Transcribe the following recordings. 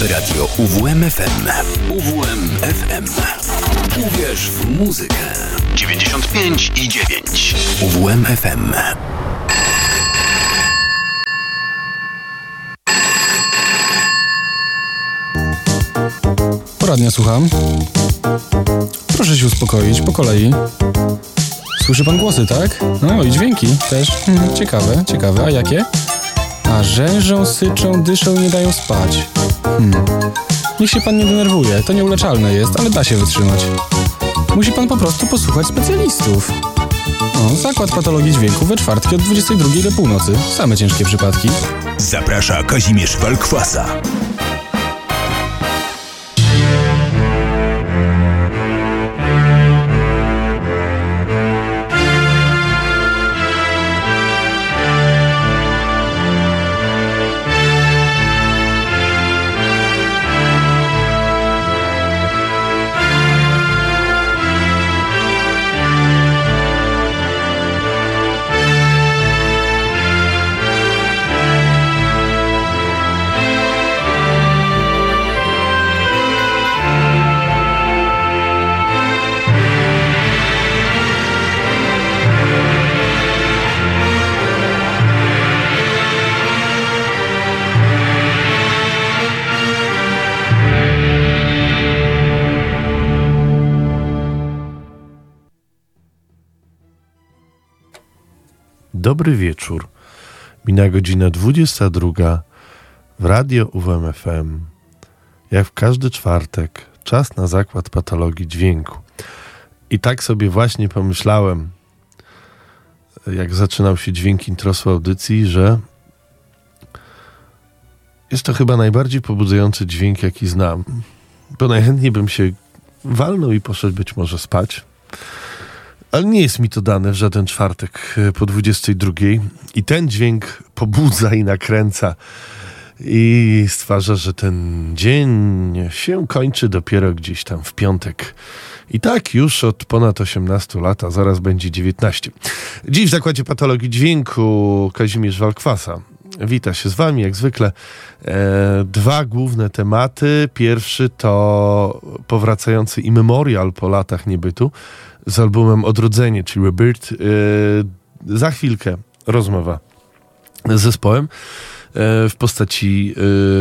Radio UWM-FM. UWM-FM. Uwierz w muzykę. 95,9. UWM-FM. Poradnia, słucham. Proszę się uspokoić, po kolei. Słyszy pan głosy, tak? No i dźwięki też. Ciekawe. A jakie? A rzężą, syczą, dyszą i nie dają spać. Niech się pan nie denerwuje, to nieuleczalne jest, ale da się wytrzymać. Musi pan po prostu posłuchać specjalistów. Zakład patologii dźwięku we czwartki od 22 do północy. Same ciężkie przypadki. Zaprasza Kazimierz Walkwasa. Dobry wieczór. Mina godzina 22 w Radio UWM-FM. Jak w każdy czwartek, czas na zakład patologii dźwięku. I tak sobie właśnie pomyślałem, jak zaczynał się dźwięk introsu audycji, że jest to chyba najbardziej pobudzający dźwięk, jaki znam. Bo najchętniej bym się walnął i poszedł być może spać. Ale nie jest mi to dane w żaden czwartek po 22. I ten dźwięk pobudza i nakręca. I stwarza, że ten dzień się kończy dopiero gdzieś tam w piątek. I tak już od ponad 18 lat, a zaraz będzie 19. Dziś w Zakładzie Patologii Dźwięku Kazimierz Walkwasa. Wita się z wami, jak zwykle. Dwa główne tematy. Pierwszy to powracający immemorial po latach niebytu z albumem Odrodzenie, czyli Rebirth. Za chwilkę rozmowa z zespołem w postaci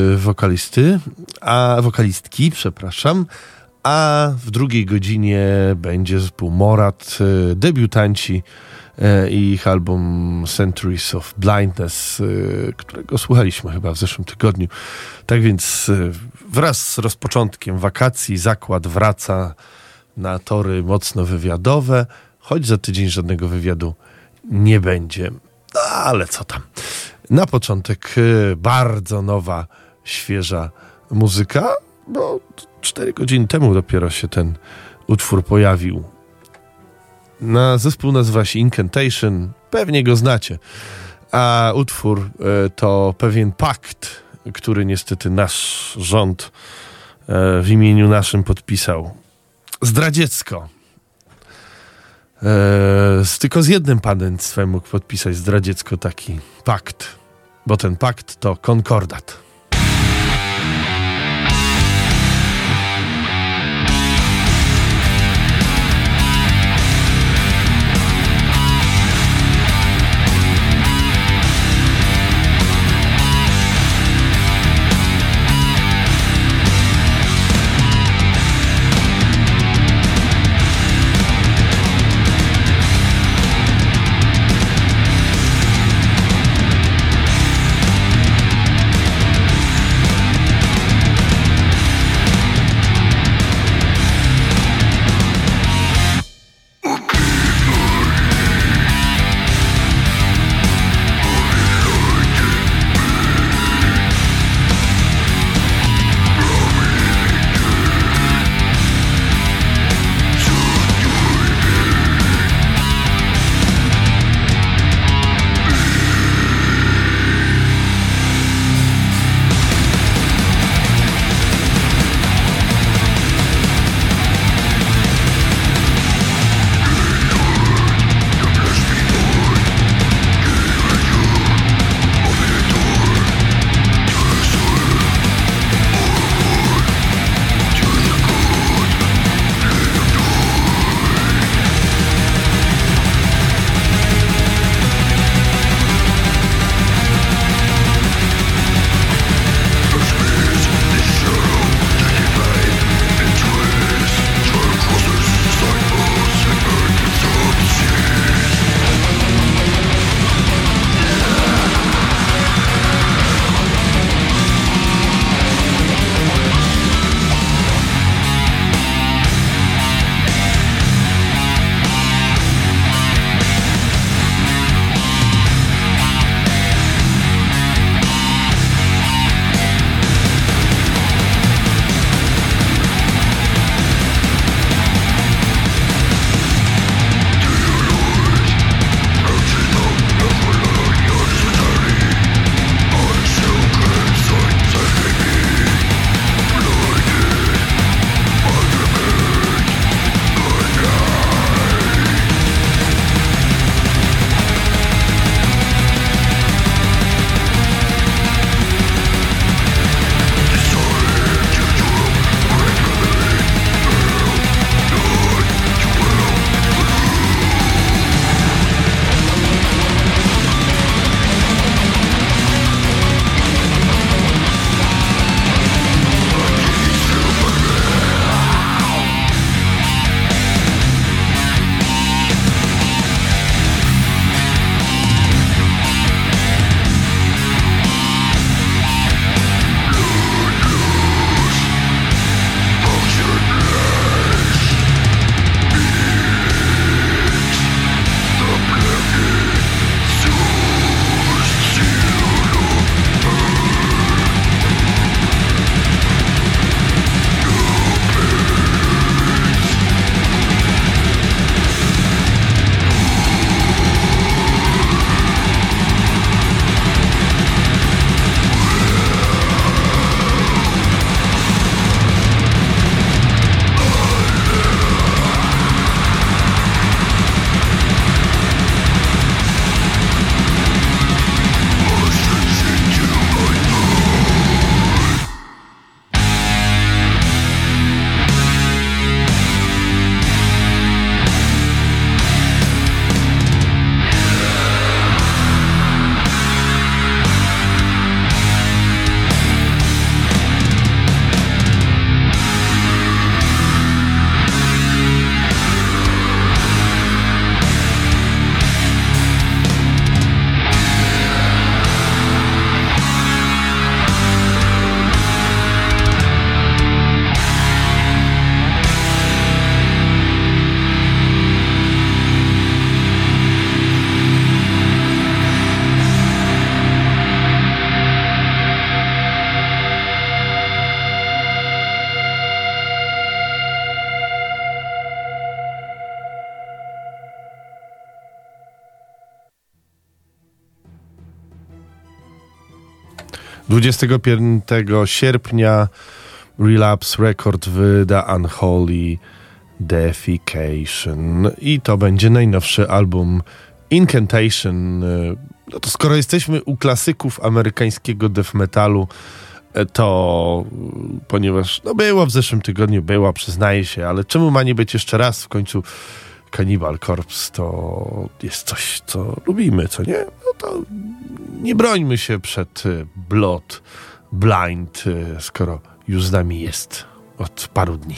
wokalistki, a w drugiej godzinie będzie zespół Morat, debiutanci i ich album Centuries of Blindness, którego słuchaliśmy chyba w zeszłym tygodniu. Tak więc wraz z rozpoczątkiem wakacji zakład wraca na tory mocno wywiadowe, choć za tydzień żadnego wywiadu nie będzie. No, ale co tam. Na początek bardzo nowa, świeża muzyka, bo 4 godziny temu dopiero się ten utwór pojawił. Zespół nazywa się Incantation, pewnie go znacie, a utwór to pewien pakt, który niestety nasz rząd w imieniu naszym podpisał. Zdradziecko. Tylko z jednym państwem mógł podpisać zdradziecko taki pakt, bo ten pakt to konkordat. 25 sierpnia Relapse Record wyda Unholy Defecation i to będzie najnowszy album Incantation. No to skoro jesteśmy u klasyków amerykańskiego death metalu, to ponieważ było w zeszłym tygodniu, przyznaję się, ale czemu ma nie być jeszcze raz? W końcu Cannibal Corpse to jest coś, co lubimy, co nie? No to nie brońmy się przed Blood Blind, skoro już z nami jest od paru dni.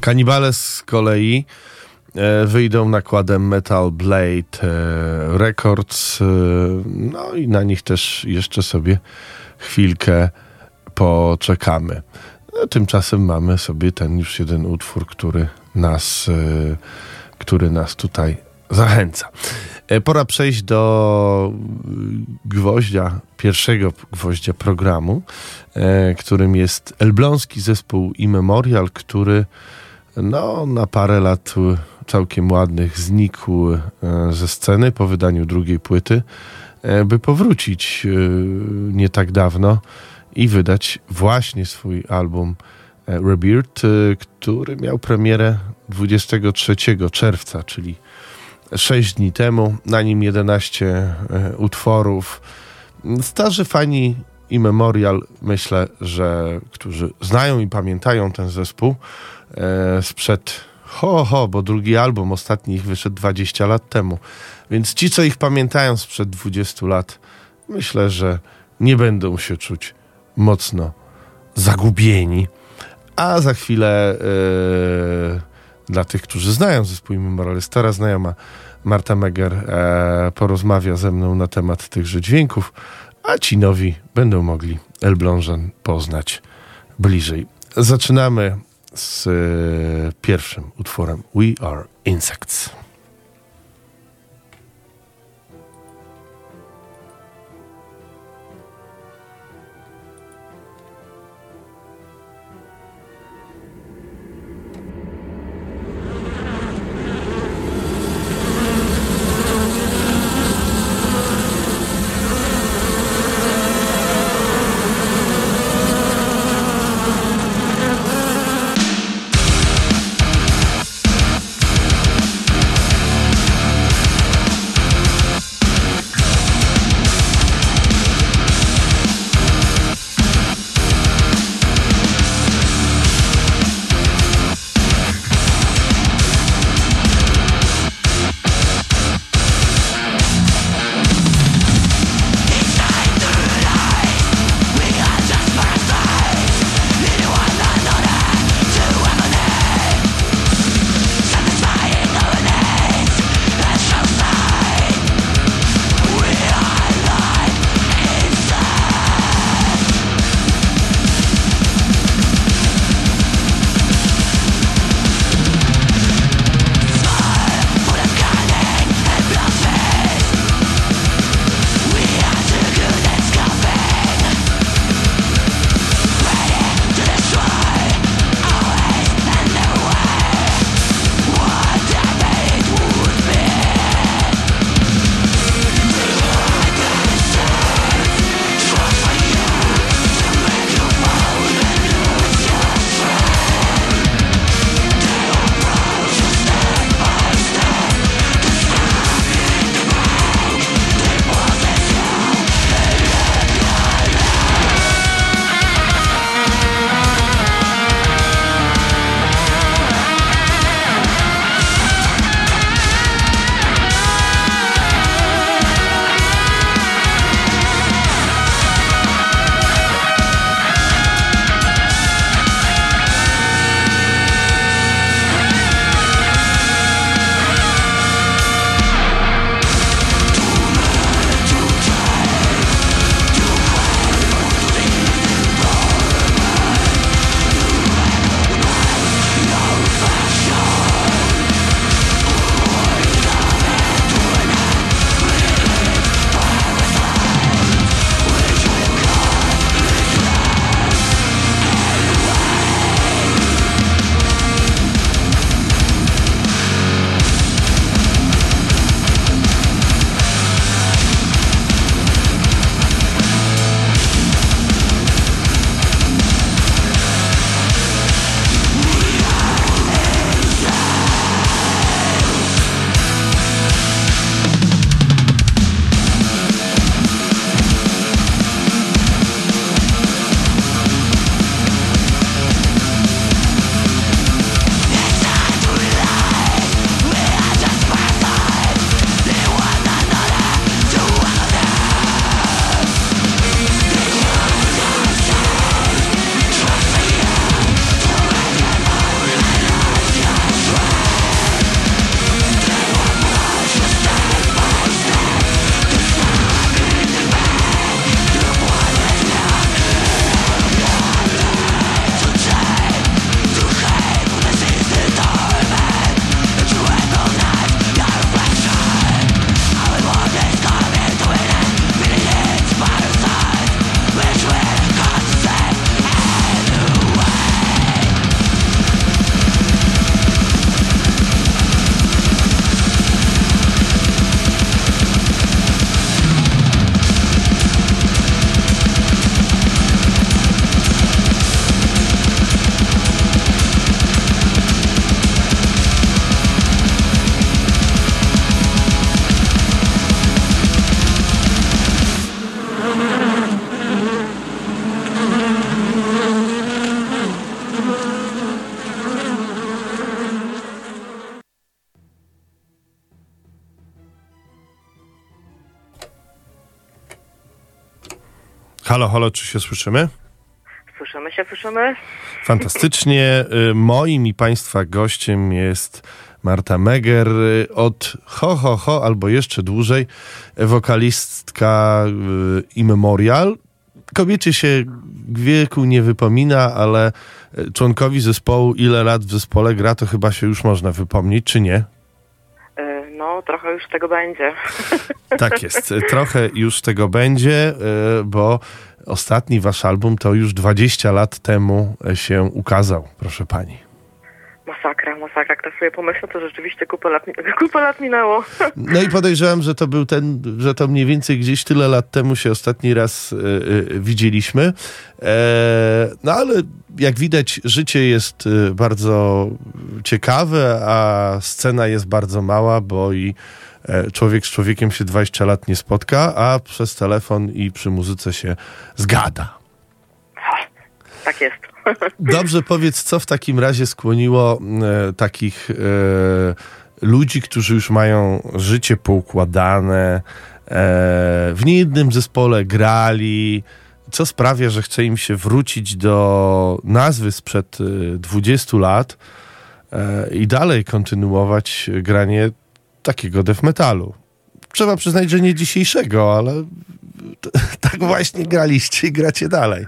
Cannibales z kolei wyjdą nakładem Metal Blade Records, no i na nich też jeszcze sobie chwilkę poczekamy. No, tymczasem mamy sobie ten już jeden utwór, który nas tutaj zachęca. Pora przejść do pierwszego gwoździa programu, którym jest elbląski zespół Immemorial, który na parę lat całkiem ładnych znikł ze sceny po wydaniu drugiej płyty, by powrócić nie tak dawno i wydać właśnie swój album Rebirth, który miał premierę 23 czerwca, czyli 6 dni temu. Na nim 11 utworów. Starzy fani Immemorial, myślę, że którzy znają i pamiętają ten zespół sprzed bo drugi album ostatni ich wyszedł 20 lat temu. Więc ci, co ich pamiętają sprzed 20 lat, myślę, że nie będą się czuć mocno zagubieni. A za chwilę dla tych, którzy znają zespół Immemorial, stara znajoma Marta Meger porozmawia ze mną na temat tychże dźwięków, a ci nowi będą mogli Elblążan poznać bliżej. Zaczynamy z pierwszym utworem We Are Insects. Halo, halo, czy się słyszymy? Słyszymy. Fantastycznie. Moim i Państwa gościem jest Marta Meger od Ho, albo jeszcze dłużej, wokalistka Immemorial. Kobiecie się wieku nie wypomina, ale członkowi zespołu ile lat w zespole gra, to chyba się już można wypomnieć, czy nie? No, trochę już tego będzie. Tak jest, trochę już tego będzie, bo ostatni wasz album to już 20 lat temu się ukazał, proszę pani. Masakra. Jak tak sobie pomyślę, to rzeczywiście kupę lat minęło. No i podejrzewam, że to był że to mniej więcej gdzieś tyle lat temu się ostatni raz widzieliśmy. No ale jak widać, życie jest bardzo ciekawe, a scena jest bardzo mała, bo i człowiek z człowiekiem się 20 lat nie spotka, a przez telefon i przy muzyce się zgada. Tak jest. Dobrze, powiedz, co w takim razie skłoniło takich ludzi, którzy już mają życie poukładane, w niejednym zespole grali, co sprawia, że chce im się wrócić do nazwy sprzed 20 lat i dalej kontynuować granie takiego death metalu. Trzeba przyznać, że nie dzisiejszego, ale tak właśnie graliście i gracie dalej.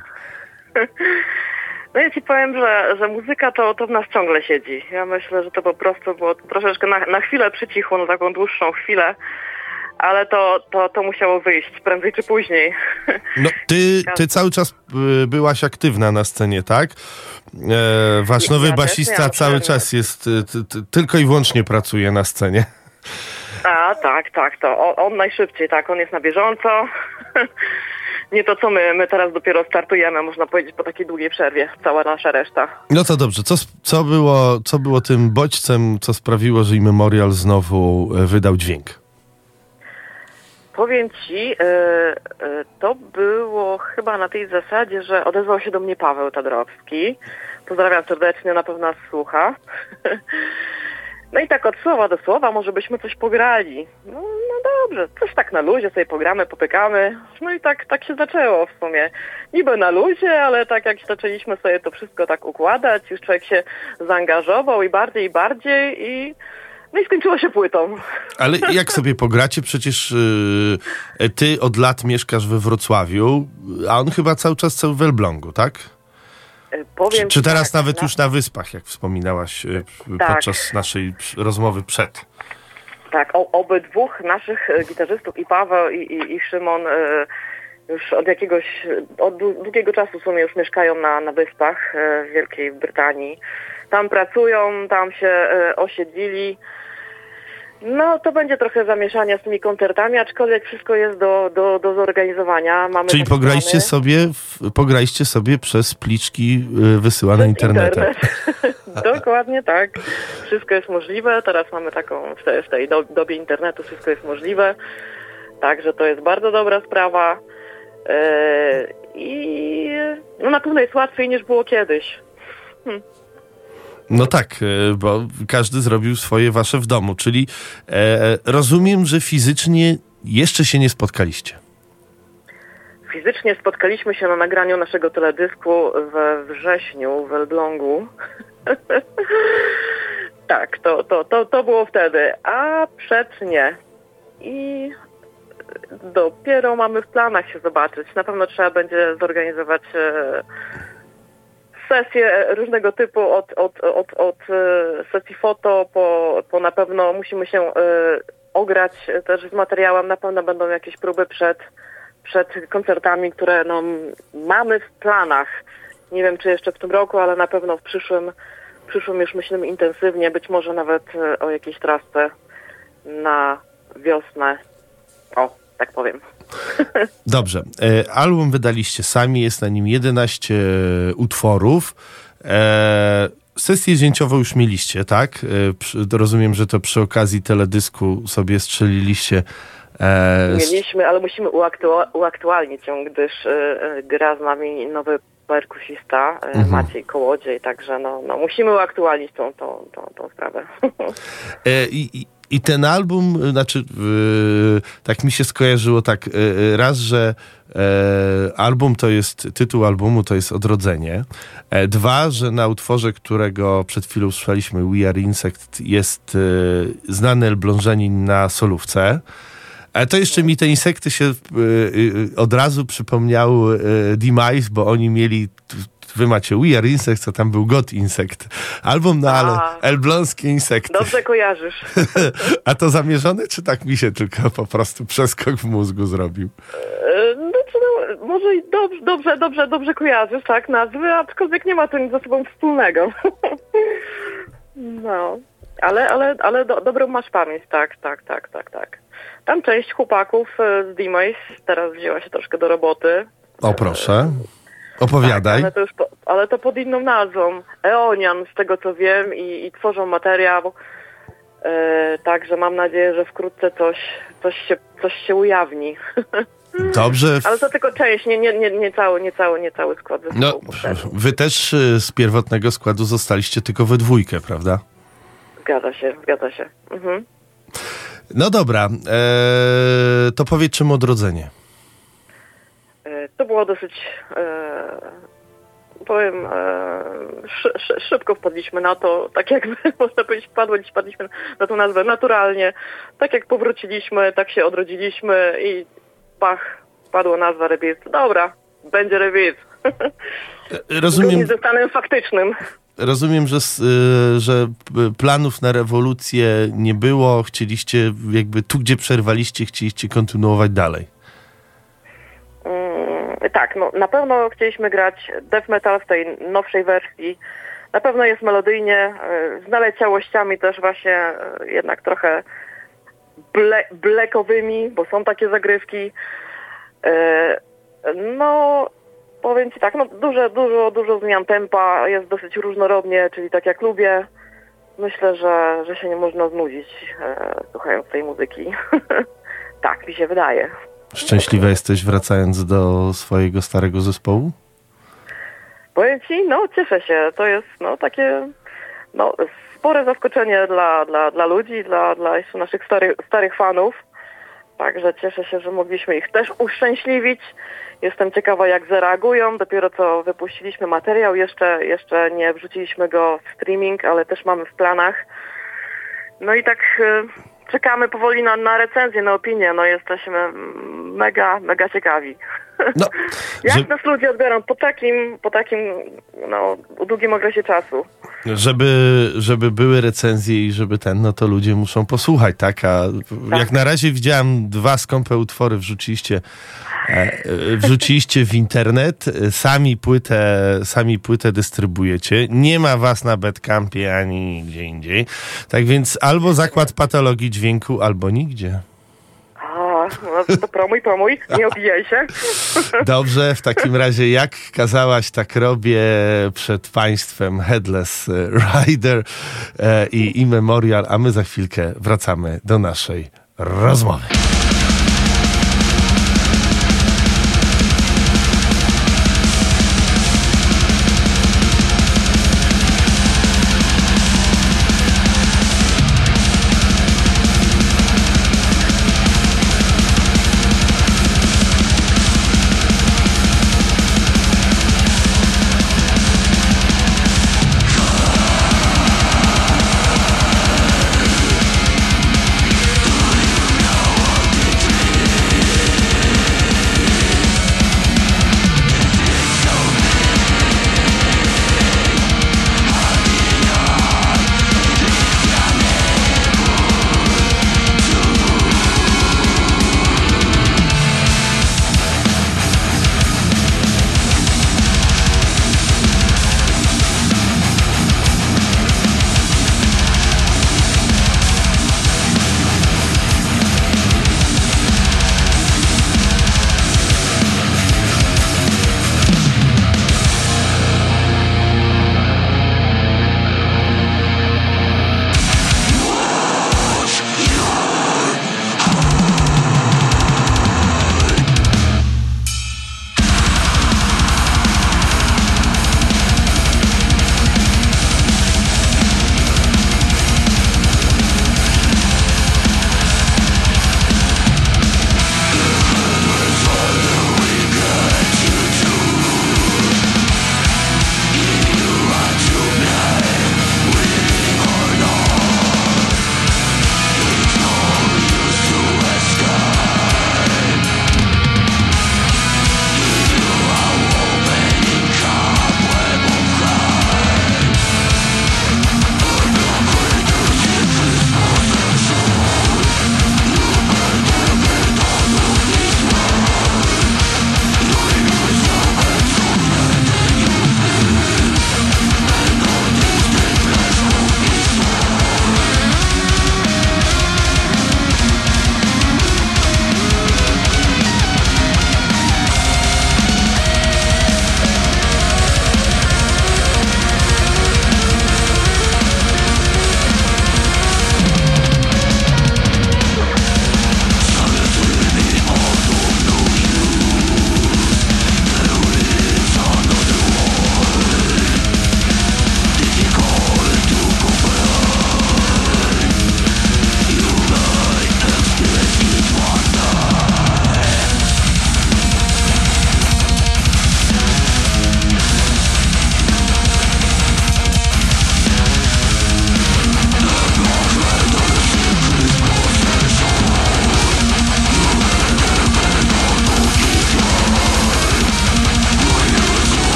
No ja ci powiem, że muzyka to w nas ciągle siedzi. Ja myślę, że to po prostu było troszeczkę na chwilę przycichło, na taką dłuższą chwilę, ale to musiało wyjść prędzej czy później. No, ty cały czas byłaś aktywna na scenie, tak? Wasz nowy basista cały czas jest, tylko i wyłącznie pracuje na scenie. A, tak, to on najszybciej, tak, on jest na bieżąco. Nie to, co my teraz dopiero startujemy, można powiedzieć, po takiej długiej przerwie, cała nasza reszta. No to dobrze, co było tym bodźcem, co sprawiło, że Immemorial znowu wydał dźwięk? Powiem ci, to było chyba na tej zasadzie, że odezwał się do mnie Paweł Tadrowski. Pozdrawiam serdecznie, na pewno nas słucha. No i tak od słowa do słowa, może byśmy coś pograli. No dobrze, coś tak na luzie sobie pogramy, popykamy. No i tak się zaczęło w sumie. Niby na luzie, ale tak jak zaczęliśmy sobie to wszystko tak układać, już człowiek się zaangażował i bardziej no i skończyło się płytą. Ale jak sobie pogracie? Przecież ty od lat mieszkasz we Wrocławiu, a on chyba cały czas w Elblągu, tak? Czy teraz tak, nawet już na Wyspach, jak wspominałaś podczas naszej rozmowy przed? Tak, obydwóch naszych gitarzystów, i Paweł, i Szymon, już od długiego czasu w sumie już mieszkają na Wyspach w Wielkiej Brytanii. Tam pracują, tam się osiedlili. No, to będzie trochę zamieszania z tymi koncertami, aczkolwiek wszystko jest do zorganizowania. Czyli pograliście sobie przez pliczki wysyłane internetem. Dokładnie tak. Wszystko jest możliwe. Teraz mamy w tej dobie internetu wszystko jest możliwe. Także to jest bardzo dobra sprawa. I na pewno jest łatwiej niż było kiedyś. No tak, bo każdy zrobił swoje wasze w domu, czyli rozumiem, że fizycznie jeszcze się nie spotkaliście. Fizycznie spotkaliśmy się na nagraniu naszego teledysku we wrześniu w Elblągu. Tak, to było wtedy, a przed nie. I dopiero mamy w planach się zobaczyć. Na pewno trzeba będzie zorganizować sesje różnego typu, od sesji foto, po na pewno musimy się ograć też z materiałem, na pewno będą jakieś próby przed koncertami, które mamy w planach. Nie wiem, czy jeszcze w tym roku, ale na pewno w przyszłym już myślimy intensywnie, być może nawet o jakiejś trasce na wiosnę. O, tak powiem. Dobrze. Album wydaliście sami, jest na nim 11 utworów. Sesję zdjęciową już mieliście, tak? Rozumiem, że to przy okazji teledysku sobie strzeliliście. Mieliśmy, ale musimy uaktualnić ją, gdyż gra z nami nowy perkusista Maciej Kołodziej, także musimy uaktualnić tą sprawę. I ten album, znaczy tak mi się skojarzyło tak, raz, że album to jest, tytuł albumu to jest Odrodzenie. Dwa, że na utworze, którego przed chwilą słyszeliśmy, We Are Insect, jest znany Elblążanin na solówce. Ale to jeszcze mi te insekty się od razu przypomniały Demise, bo oni mieli, wy macie We Are Insect, a tam był God Insect. Album na elbląskie insekty. Dobrze kojarzysz. A to zamierzone, czy tak mi się tylko po prostu przeskok w mózgu zrobił? Może i dobrze kojarzysz, tak, nazwy, aczkolwiek nie ma to nic ze sobą wspólnego. No, ale dobrą masz pamięć, tak. Tam część chłopaków z Demise teraz wzięła się troszkę do roboty. O proszę, opowiadaj. Tak, ale to pod inną nazwą. Eonian, z tego co wiem, i tworzą materiał. Także mam nadzieję, że wkrótce coś się ujawni. Dobrze. Ale to tylko część, nie cały skład zespołu. No, wy też z pierwotnego składu zostaliście tylko we dwójkę, prawda? Zgadza się. Mhm. No dobra, to powiedz, czym Odrodzenie? To było dosyć, szybko wpadliśmy na to, tak jakby, można powiedzieć, wpadliśmy na tą nazwę naturalnie. Tak jak powróciliśmy, tak się odrodziliśmy i pach, padła nazwa Rebirth. Dobra, będzie Rebirth. Rozumiem, ze stanem faktycznym. Rozumiem, że planów na rewolucję nie było. Chcieliście, jakby tu, gdzie przerwaliście, chcieliście kontynuować dalej. Tak, no na pewno chcieliśmy grać death metal w tej nowszej wersji. Na pewno jest melodyjnie, z naleciałościami też właśnie jednak trochę blackowymi, bo są takie zagrywki. No, powiem ci tak, no dużo zmian tempa, jest dosyć różnorodnie, czyli tak jak lubię. Myślę, że się nie można znudzić słuchając tej muzyki. Tak mi się wydaje. Szczęśliwa jesteś, wracając do swojego starego zespołu? Powiem ci, no cieszę się. To jest takie spore zaskoczenie dla ludzi, dla jeszcze naszych starych fanów. Także cieszę się, że mogliśmy ich też uszczęśliwić. Jestem ciekawa, jak zareagują. Dopiero co wypuściliśmy materiał, jeszcze nie wrzuciliśmy go w streaming, ale też mamy w planach. No i tak czekamy powoli na recenzję, na opinię. No jesteśmy mega ciekawi. No, jak nas ludzie odbiorą po takim długim okresie czasu. Żeby były recenzje i żeby no to ludzie muszą posłuchać, tak? Tak. Jak na razie widziałem 2 skąpe utwory wrzuciliście w internet, sami płytę dystrybuujecie, nie ma was na Bandcampie ani gdzie indziej, tak więc albo zakład patologii dźwięku, albo nigdzie. No to promuj, nie obijaj się. Dobrze, w takim razie jak kazałaś, tak robię przed państwem Headless Rider i Immemorial, a my za chwilkę wracamy do naszej rozmowy.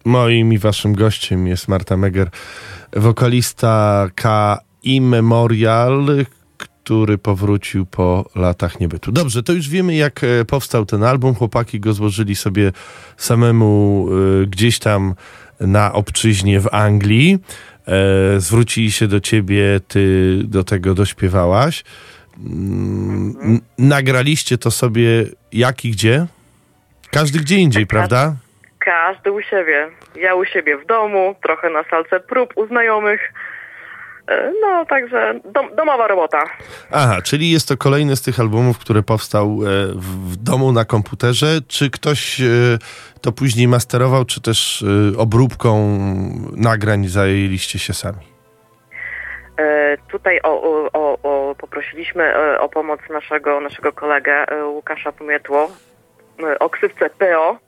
Moim i waszym gościem jest Marta Meger, wokalista Immemorial, który powrócił po latach niebytu. Dobrze, to już wiemy, jak powstał ten album. Chłopaki go złożyli sobie samemu gdzieś tam na obczyźnie w Anglii. Zwrócili się do ciebie, ty do tego dośpiewałaś. Nagraliście to sobie jak i gdzie? Każdy gdzie indziej, prawda? Każdy u siebie. Ja u siebie w domu, trochę na salce prób u znajomych. No, także domowa robota. Aha, czyli jest to kolejny z tych albumów, który powstał w domu na komputerze. Czy ktoś to później masterował, czy też obróbką nagrań zajęliście się sami? Tutaj poprosiliśmy o pomoc naszego kolegę Łukasza Pomietło o ksywce PO.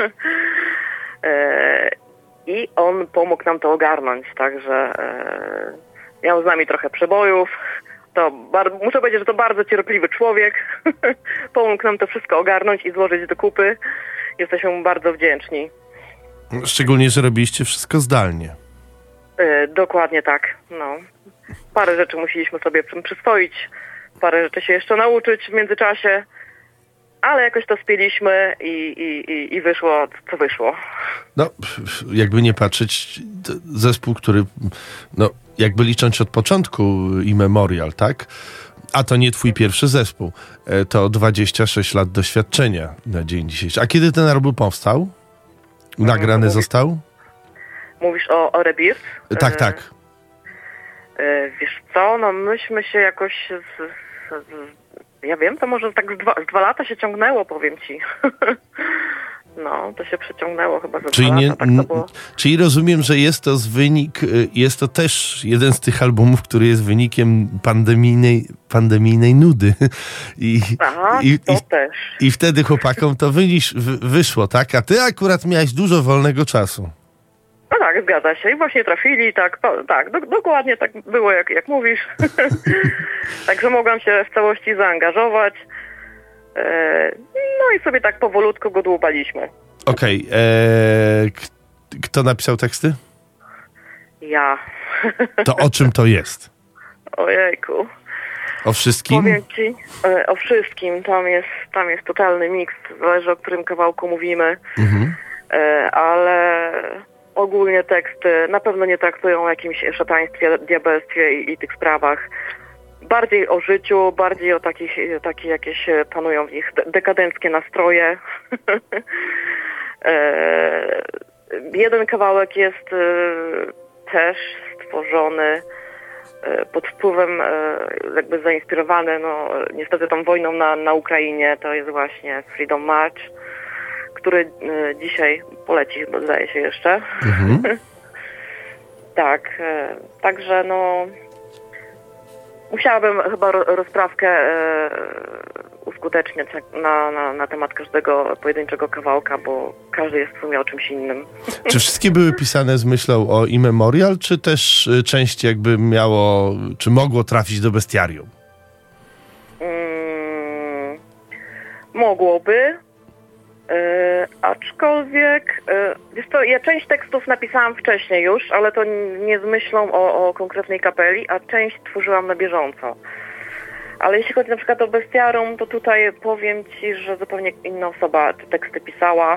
I on pomógł nam to ogarnąć, także miał z nami trochę przebojów. Muszę powiedzieć, że to bardzo cierpliwy człowiek. Pomógł nam to wszystko ogarnąć i złożyć do kupy. Jesteśmy mu bardzo wdzięczni. Szczególnie, że robiliście wszystko zdalnie. Dokładnie tak. No. Parę rzeczy musieliśmy sobie przyswoić, parę rzeczy się jeszcze nauczyć w międzyczasie, ale jakoś to spieliśmy i wyszło, co wyszło. No, jakby nie patrzeć, zespół, który, no, jakby licząc od początku Immemorial, tak? A to nie twój pierwszy zespół. To 26 lat doświadczenia na dzień dzisiejszy. A kiedy ten album powstał? Nagrany został? Mówisz o Rebirth? Tak. Wiesz co, no myśmy się jakoś ja wiem, to może tak z 2 lata się ciągnęło, powiem ci. No, to się przeciągnęło chyba za 2 lata. Tak to było. Czyli rozumiem, że jest to jest to też jeden z tych albumów, który jest wynikiem pandemijnej nudy. Też. I wtedy chłopakom to wyszło, tak? A ty akurat miałeś dużo wolnego czasu. No tak, zgadza się. I właśnie trafili, dokładnie tak było, jak mówisz. Także mogłam się w całości zaangażować. No i sobie tak powolutku go dłubaliśmy. Okej. Kto napisał teksty? Ja. To o czym to jest? Ojejku. O wszystkim? Powiem ci, o wszystkim. Tam jest totalny miks. Zależy, o którym kawałku mówimy. Mhm. Ale ogólnie teksty na pewno nie traktują o jakimś szataństwie, diabelstwie i tych sprawach. Bardziej o życiu, bardziej o takie jakieś panują w nich dekadenckie nastroje. Jeden kawałek jest też stworzony pod wpływem, jakby zainspirowany, no niestety tą wojną na Ukrainie. To jest właśnie Freedom March, który dzisiaj poleci, zdaje się jeszcze. Mhm. Tak, także no musiałabym chyba rozprawkę uskuteczniać na temat każdego pojedynczego kawałka, bo każdy jest w sumie o czymś innym. Czy wszystkie były pisane z myślą o Immemorial, czy też część jakby czy mogło trafić do bestiarium? Mogłoby. Aczkolwiek, wiesz co, ja część tekstów napisałam wcześniej już, ale to nie z myślą o konkretnej kapeli, a część tworzyłam na bieżąco. Ale jeśli chodzi na przykład o bestiarium, to tutaj powiem ci, że zupełnie inna osoba te teksty pisała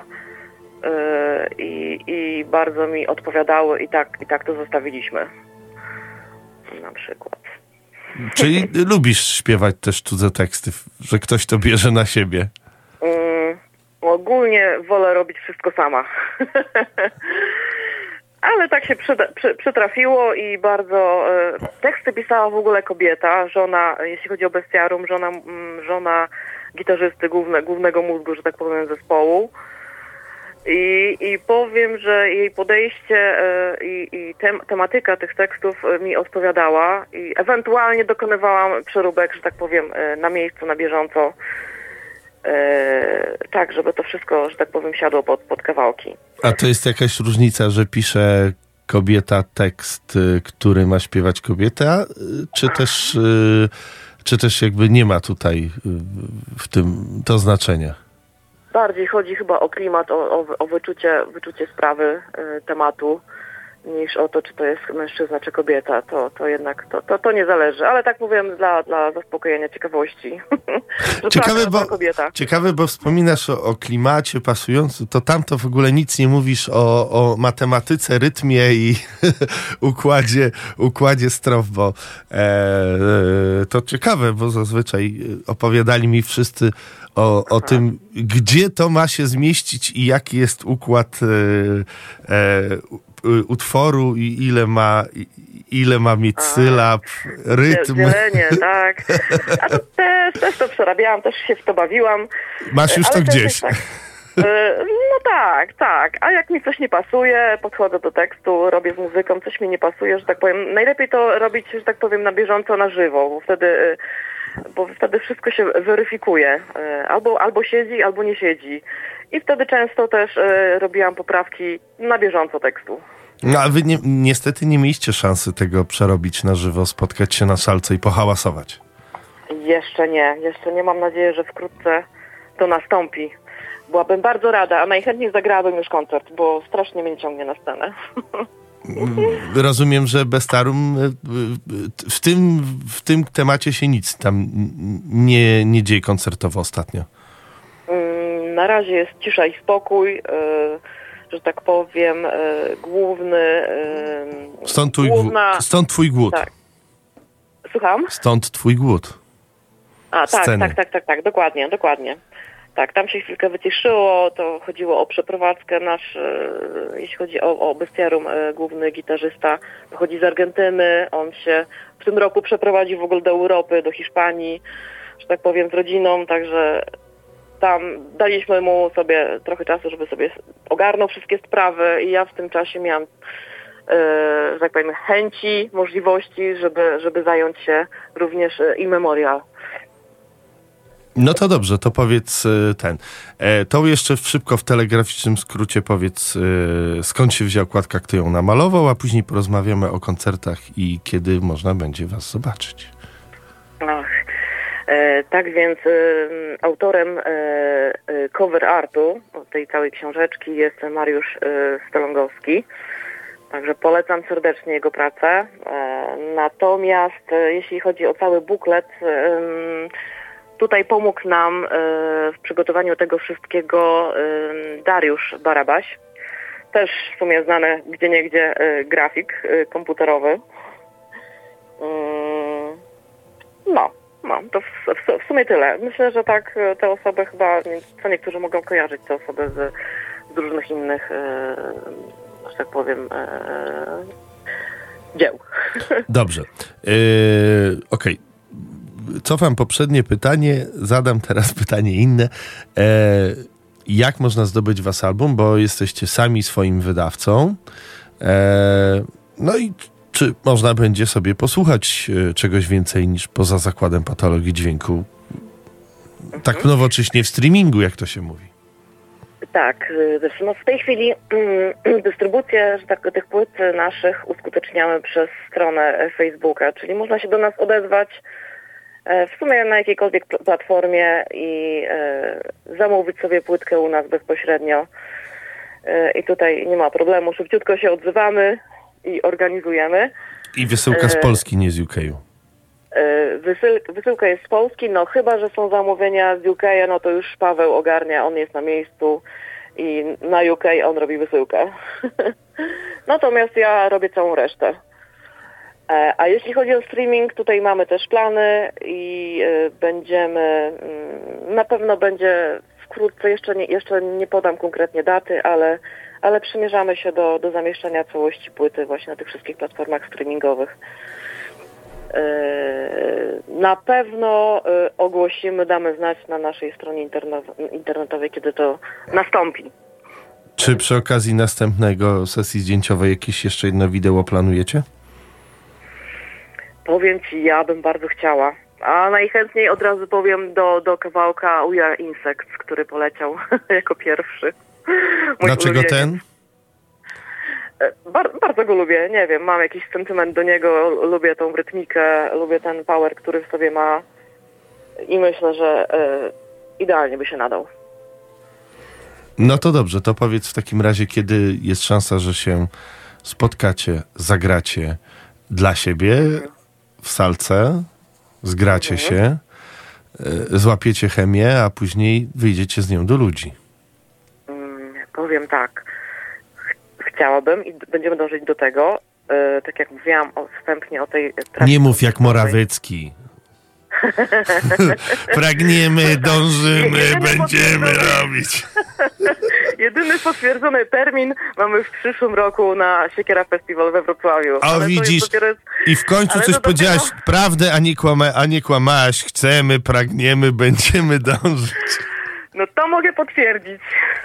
i bardzo mi odpowiadały i tak to zostawiliśmy. Na przykład. Czyli lubisz śpiewać też cudze teksty, że ktoś to bierze na siebie? Ogólnie wolę robić wszystko sama. Ale tak się przytrafiło i bardzo... teksty pisała w ogóle kobieta, żona, jeśli chodzi o bestiarium, żona gitarzysty, głównego mózgu, że tak powiem, zespołu. I powiem, że jej podejście i tematyka tych tekstów mi odpowiadała i ewentualnie dokonywałam przeróbek, że tak powiem, na miejscu, na bieżąco. Tak, żeby to wszystko, że tak powiem, siadło pod kawałki. A to jest jakaś różnica, że pisze kobieta tekst, który ma śpiewać kobieta, czy też jakby nie ma tutaj w tym to znaczenia? bardziej chodzi chyba o klimat, o wyczucie sprawy, tematu, niż o to, czy to jest mężczyzna, czy kobieta. To jednak to nie zależy. Ale tak mówię dla zaspokojenia ciekawości. Ciekawe, bo wspominasz o klimacie pasującym, to tam to w ogóle nic nie mówisz o matematyce, rytmie i układzie strof, bo to ciekawe, bo zazwyczaj opowiadali mi wszyscy o tym, gdzie to ma się zmieścić i jaki jest układ utworu i ile ma mieć sylab, rytm. Dzielenie, tak. A to też to przerabiałam, też się w to bawiłam. Masz już to gdzieś. Tak. No tak. A jak mi coś nie pasuje, podchodzę do tekstu, robię z muzyką, coś mi nie pasuje, że tak powiem. Najlepiej to robić, że tak powiem, na bieżąco, na żywo, bo wtedy wszystko się weryfikuje. Albo siedzi, albo nie siedzi. I wtedy często też robiłam poprawki na bieżąco tekstu. No a wy niestety nie mieliście szansy tego przerobić na żywo, spotkać się na salce i pohałasować. Jeszcze nie. Mam nadzieję, że wkrótce to nastąpi. Byłabym bardzo rada, a najchętniej zagrałabym już koncert, bo strasznie mnie ciągnie na scenę. Rozumiem, że Bestarum w tym temacie się nic tam nie dzieje koncertowo ostatnio. Na razie jest cisza i spokój, że tak powiem, główny... Stąd twój głód. Tak. Słucham? Stąd twój głód. Tak, dokładnie. Tak, tam się chwilkę wyciszyło, to chodziło o przeprowadzkę jeśli chodzi o Bestiarum, główny gitarzysta pochodzi z Argentyny, on się w tym roku przeprowadzi w ogóle do Europy, do Hiszpanii, że tak powiem, z rodziną, także tam daliśmy mu sobie trochę czasu, żeby sobie ogarnął wszystkie sprawy i ja w tym czasie miałam, że tak powiem, chęci, możliwości, żeby zająć się również In Memorial. No to dobrze, to powiedz to jeszcze szybko w telegraficznym skrócie powiedz, skąd się wzięła okładka, kto ją namalował, a później porozmawiamy o koncertach i kiedy można będzie was zobaczyć. Tak więc autorem cover artu tej całej książeczki jest Mariusz Stolongowski. Także polecam serdecznie jego pracę. Natomiast jeśli chodzi o cały buklet, tutaj pomógł nam w przygotowaniu tego wszystkiego Dariusz Barabaś. Też w sumie znany gdzieniegdzie grafik komputerowy. No, to w sumie tyle. Myślę, że tak te osoby chyba, co niektórzy mogą kojarzyć, te osoby z różnych innych, że tak powiem, dzieł. Dobrze. Okej. Cofam poprzednie pytanie, zadam teraz pytanie inne. Jak można zdobyć was album, bo jesteście sami swoim wydawcą. No i czy można będzie sobie posłuchać czegoś więcej niż poza zakładem patologii dźwięku? Tak nowocześnie w streamingu, jak to się mówi. Tak, no w tej chwili dystrybucję, że tak, tych płyt naszych uskuteczniamy przez stronę Facebooka, czyli można się do nas odezwać w sumie na jakiejkolwiek platformie i zamówić sobie płytkę u nas bezpośrednio. I tutaj nie ma problemu, szybciutko się odzywamy i organizujemy. I wysyłka z Polski, nie z UK-u. Wysyłka jest z Polski, no chyba, że są zamówienia z UK, no to już Paweł ogarnia, on jest na miejscu i na UK on robi wysyłkę. Natomiast ja robię całą resztę. A jeśli chodzi o streaming, tutaj mamy też plany i na pewno będzie wkrótce, jeszcze nie podam konkretnie daty, ale przymierzamy się do zamieszczenia całości płyty właśnie na tych wszystkich platformach streamingowych. Na pewno ogłosimy, damy znać na naszej stronie internetowej, kiedy to nastąpi. Czy przy okazji następnego sesji zdjęciowej jakieś jeszcze jedno wideo planujecie? Powiem ci, ja bym bardzo chciała. A najchętniej od razu powiem do kawałka We Are Insects, który poleciał jako pierwszy. Dlaczego ten? Bardzo go lubię, nie wiem, mam jakiś sentyment do niego, lubię tą rytmikę, lubię ten power, który w sobie ma i myślę, że idealnie by się nadał. No to dobrze, to powiedz w takim razie, kiedy jest szansa, że się spotkacie, zagracie dla siebie w salce, zgracie się, złapiecie chemię, a później wyjdziecie z nią do ludzi. Powiem tak. Chciałabym i będziemy dążyć do tego, tak jak mówiłam wstępnie o tej trasie. Nie mów jak Morawiecki. Pragniemy, dążymy, będziemy robić. Jedyny potwierdzony termin mamy w przyszłym roku na Siekiera Festival we Wrocławiu. O, widzisz, i w końcu coś powiedziałaś, prawdę, a nie kłamałaś. Chcemy, pragniemy, będziemy dążyć. No to mogę potwierdzić.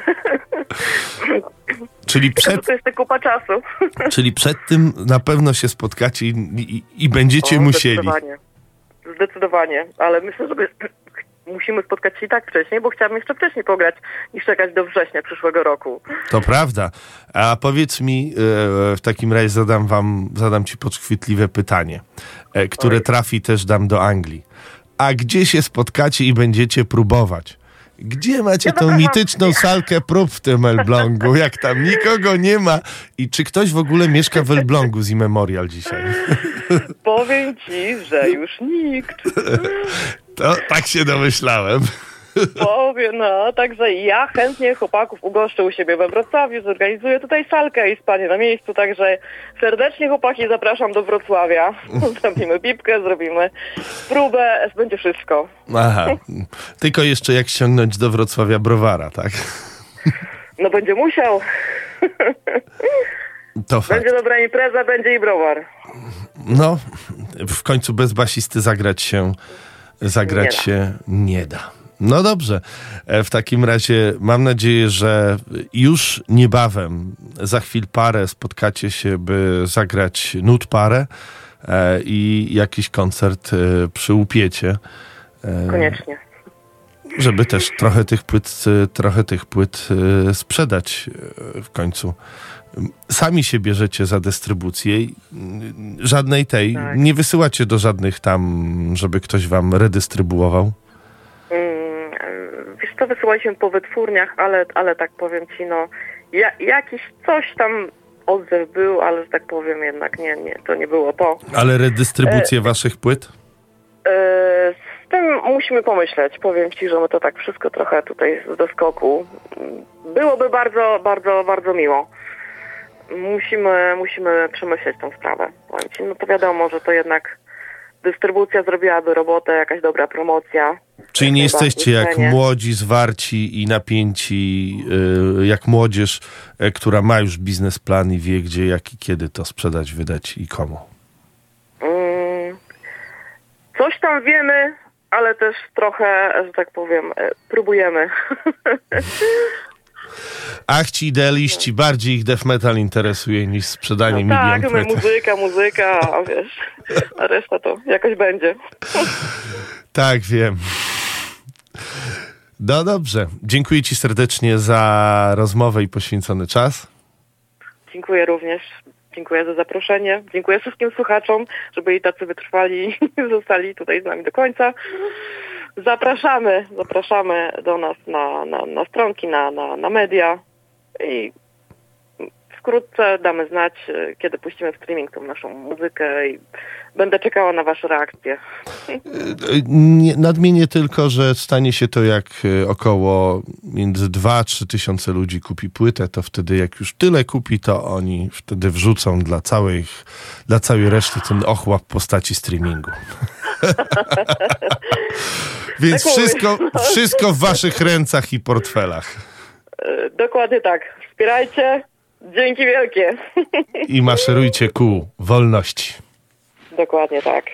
Czyli to jest kupa czasu. Czyli przed tym na pewno się spotkacie i będziecie musieli. Zdecydowanie, ale myślę, że musimy spotkać się i tak wcześniej, bo chciałabym jeszcze wcześniej pograć niż czekać do września przyszłego roku. To prawda. A powiedz mi, w takim razie zadam ci podchwytliwe pytanie, które trafi też dam do Anglii. A gdzie się spotkacie i będziecie próbować? Gdzie macie tą mityczną salkę prób w tym Elblągu? Jak tam nikogo nie ma? I czy ktoś w ogóle mieszka w Elblągu z Immemorial dzisiaj? Powiem ci, że już nikt. To tak się domyślałem. Powiem, no, także ja chętnie chłopaków ugoszczę u siebie we Wrocławiu, zorganizuję tutaj salkę i spanie na miejscu, także serdecznie chłopaki zapraszam do Wrocławia. Zrobimy pipkę, zrobimy próbę, będzie wszystko. Aha, tylko jeszcze jak ściągnąć do Wrocławia browara, tak? No będzie musiał. To fakt. Będzie dobra impreza, będzie i browar. No, w końcu bez basisty zagrać się nie da. No dobrze, w takim razie mam nadzieję, że już niebawem, za chwil parę spotkacie się, by zagrać nut parę i jakiś koncert przyłupiecie. Koniecznie. Żeby też trochę tych płyt sprzedać w końcu. Sami się bierzecie za dystrybucję. Żadnej tej. Tak. Nie wysyłacie do żadnych tam, żeby ktoś wam redystrybuował? Wiesz co, wysyłaliśmy po wytwórniach, ale tak powiem ci, no jakiś coś tam odzew był, ale że tak powiem jednak nie, to nie było to. Ale redystrybucję waszych płyt? Z tym musimy pomyśleć. Powiem ci, że my to tak wszystko trochę tutaj z doskoku. Byłoby bardzo, bardzo, bardzo miło. Musimy przemyśleć tą sprawę. Powiem ci, no to wiadomo, że to jednak dystrybucja zrobiłaby robotę, jakaś dobra promocja. Czyli nie jesteście jak młodzi, zwarci i napięci, jak młodzież, która ma już biznesplan i wie, gdzie, jak i kiedy to sprzedać, wydać i komu? Coś tam wiemy, ale też trochę, że tak powiem, próbujemy. Ach, ci idealiści, bardziej ich death metal interesuje niż sprzedanie milion płyt. Tak, muzyka, a wiesz, a reszta to jakoś będzie. Tak, wiem. No dobrze, dziękuję ci serdecznie za rozmowę i poświęcony czas. Dziękuję również. Dziękuję za zaproszenie. Dziękuję wszystkim słuchaczom, że byli tacy wytrwali i zostali tutaj z nami do końca. Zapraszamy do nas na stronki, na media i wkrótce damy znać, kiedy puścimy w streaming tą naszą muzykę i będę czekała na wasze reakcje. Nadmienię tylko, że stanie się to jak około między 2-3 tysiące ludzi kupi płytę, to wtedy jak już tyle kupi, to oni wtedy wrzucą dla całej reszty ten ochłap w postaci streamingu. Więc wszystko w waszych rękach i portfelach. Dokładnie tak. Wspierajcie. Dzięki wielkie. I maszerujcie ku wolności. Dokładnie tak.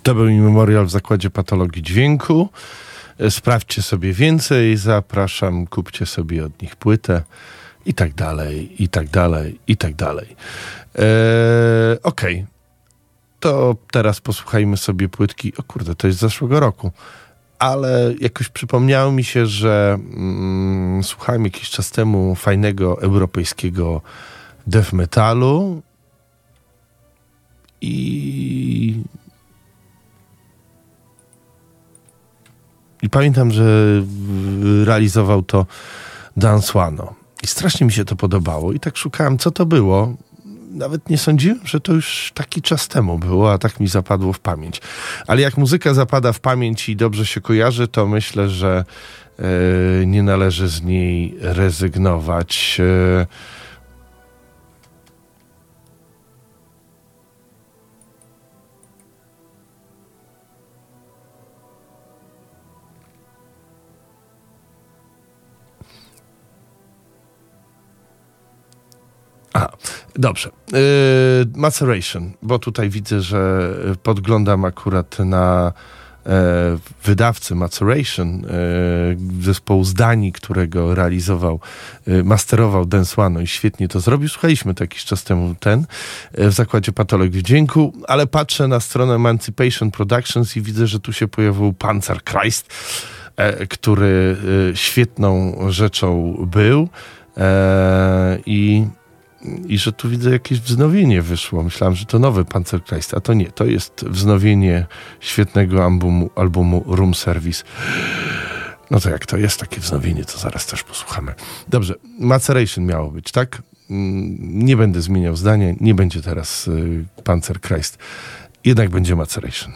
To był Memorial w Zakładzie Patologii Dźwięku. Sprawdźcie sobie więcej, zapraszam, kupcie sobie od nich płytę i tak dalej, i tak dalej, i tak dalej. Okej. To teraz posłuchajmy sobie płytki. O kurde, to jest z zeszłego roku. Ale jakoś przypomniało mi się, że słuchałem jakiś czas temu fajnego europejskiego death metalu i pamiętam, że realizował to Dan Swano. I strasznie mi się to podobało. I tak szukałem, co to było. Nawet nie sądziłem, że to już taki czas temu było, a tak mi zapadło w pamięć. Ale jak muzyka zapada w pamięć i dobrze się kojarzy, to myślę, że nie należy z niej rezygnować. Dobrze. Maceration, bo tutaj widzę, że podglądam akurat na wydawcy Maceration, zespołu z Danii, którego masterował Dan Swano i świetnie to zrobił. Słuchaliśmy to jakiś czas temu w Zakładzie Patologii Dźwięku, ale patrzę na stronę Emancipation Productions i widzę, że tu się pojawił Panzerchrist, który świetną rzeczą był i że tu widzę jakieś wznowienie wyszło. Myślałem, że to nowy Panzerchrist, a to nie. To jest wznowienie świetnego albumu Room Service. No to jak to jest takie wznowienie, to zaraz też posłuchamy. Dobrze, Maceration miało być, tak? Nie będę zmieniał zdania, nie będzie teraz Panzerchrist. Jednak będzie Maceration.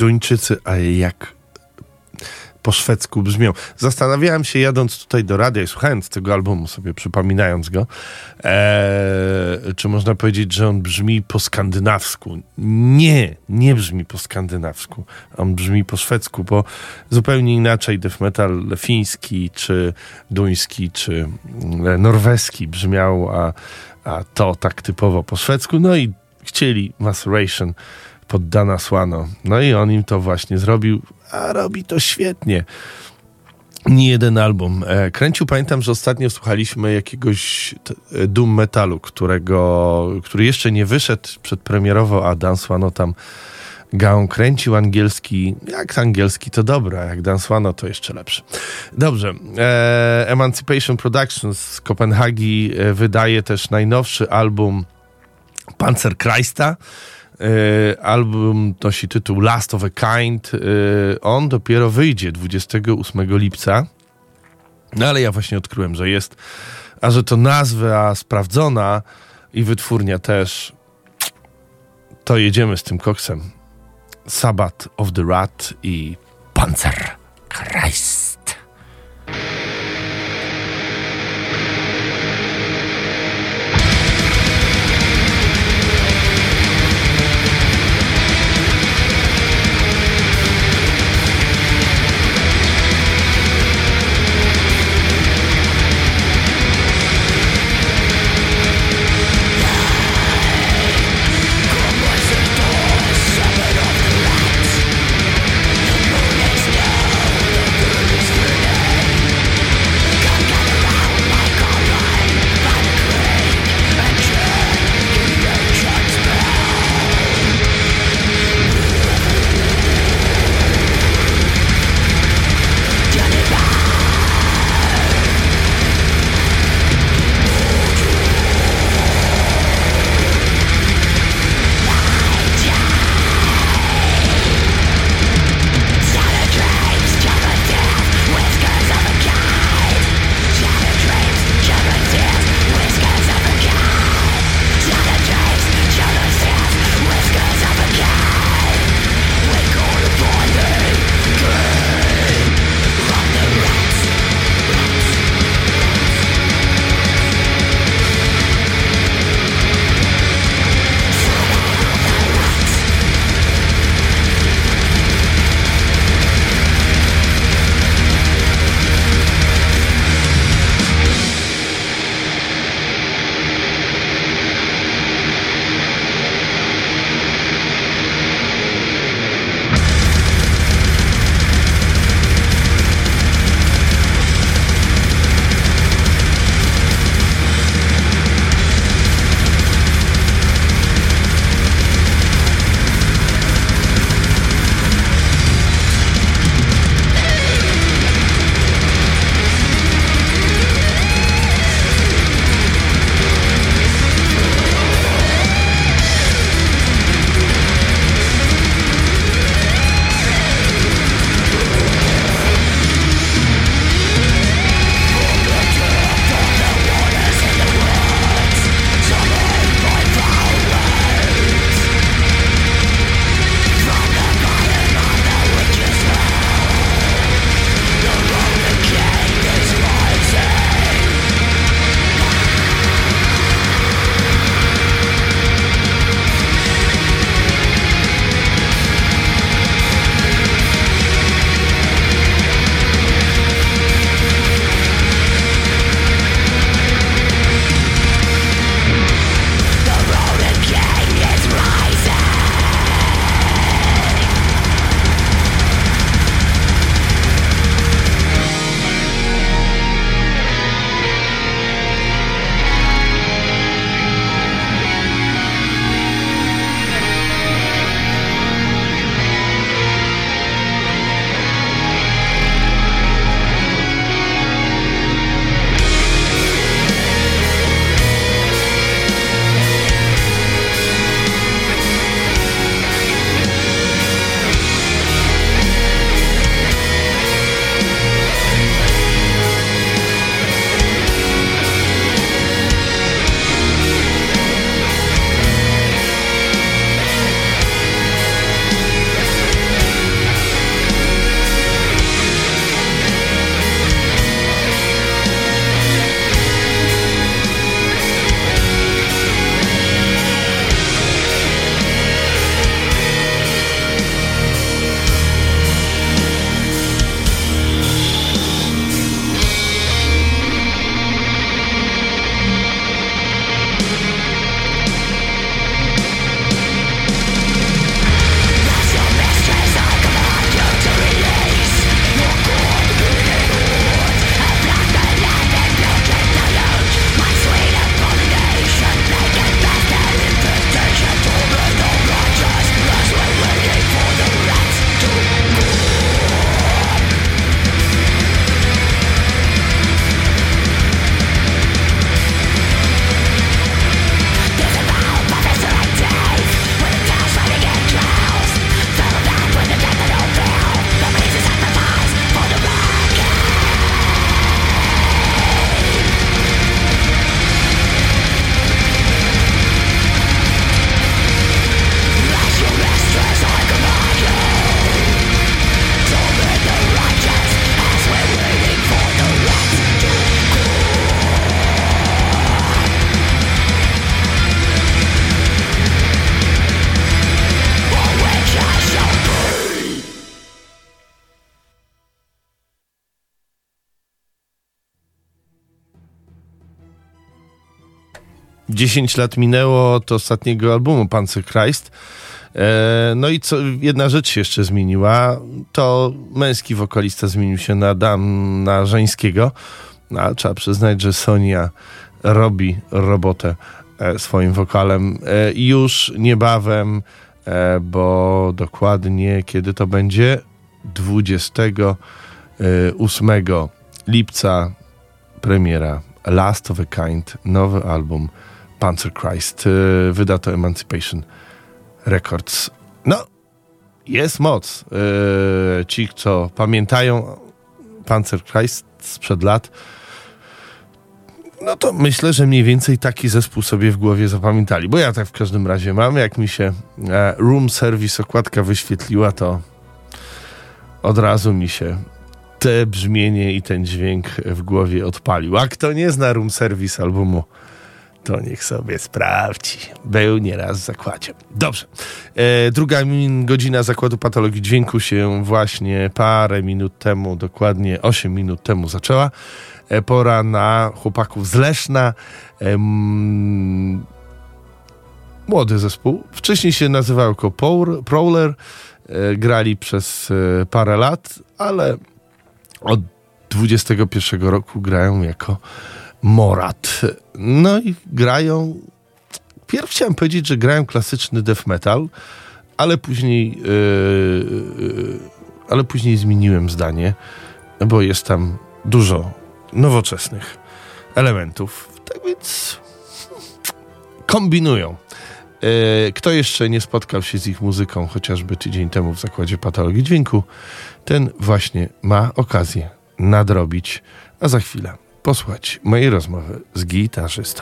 Duńczycy, a jak po szwedzku brzmią. Zastanawiałem się, jadąc tutaj do radia i słuchając tego albumu, sobie przypominając go, czy można powiedzieć, że on brzmi po skandynawsku. Nie brzmi po skandynawsku. On brzmi po szwedzku, bo zupełnie inaczej death metal fiński, czy duński, czy norweski brzmiał, a to tak typowo po szwedzku. No i chcieli Maceration pod Dana Swano. No i on im to właśnie zrobił, a robi to świetnie. Nie jeden album. Kręcił, pamiętam, że ostatnio słuchaliśmy jakiegoś doom metalu, który jeszcze nie wyszedł przedpremierowo, a Dan Swano tam gałą kręcił. Angielski, jak angielski to dobra, jak Dan Swano to jeszcze lepszy. Dobrze. Emancipation Productions z Kopenhagi wydaje też najnowszy album Panzerchrista. Album nosi tytuł Last of a Kind. On dopiero wyjdzie 28 lipca. No ale ja właśnie odkryłem, że jest, a że to nazwa sprawdzona i wytwórnia też, to jedziemy z tym koksem. Sabbath of the Rat i Panzerchrist. Now the 10 lat minęło od ostatniego albumu Panzerchrist. No i jedna rzecz się jeszcze zmieniła. To męski wokalista zmienił się na żeńskiego. No, trzeba przyznać, że Sonia robi robotę swoim wokalem. Już niebawem, bo dokładnie kiedy to będzie? 28 lipca premiera Last of a Kind, nowy album Panzerchrist. Wyda to Emancipation Records. No, jest moc. Ci, co pamiętają Panzerchrist sprzed lat, no to myślę, że mniej więcej taki zespół sobie w głowie zapamiętali. Bo ja tak w każdym razie mam. Jak mi się Room Service okładka wyświetliła, to od razu mi się te brzmienie i ten dźwięk w głowie odpalił. A kto nie zna Room Service albumu, to niech sobie sprawdzi. Był nieraz w zakładzie. Dobrze. Druga godzina Zakładu Patologii Dźwięku się właśnie parę minut temu, dokładnie 8 minut temu zaczęła. Pora na chłopaków z Leszna. Młody zespół. Wcześniej się nazywał jako Prowler. Grali przez parę lat, ale od 21 roku grają jako Morat. No i grają... Pierw chciałem powiedzieć, że grają klasyczny death metal, ale później zmieniłem zdanie, bo jest tam dużo nowoczesnych elementów. Tak więc kombinują. Kto jeszcze nie spotkał się z ich muzyką, chociażby tydzień temu w Zakładzie Patologii Dźwięku, ten właśnie ma okazję nadrobić, a za chwilę posłuchać mojej rozmowy z gitarzystą.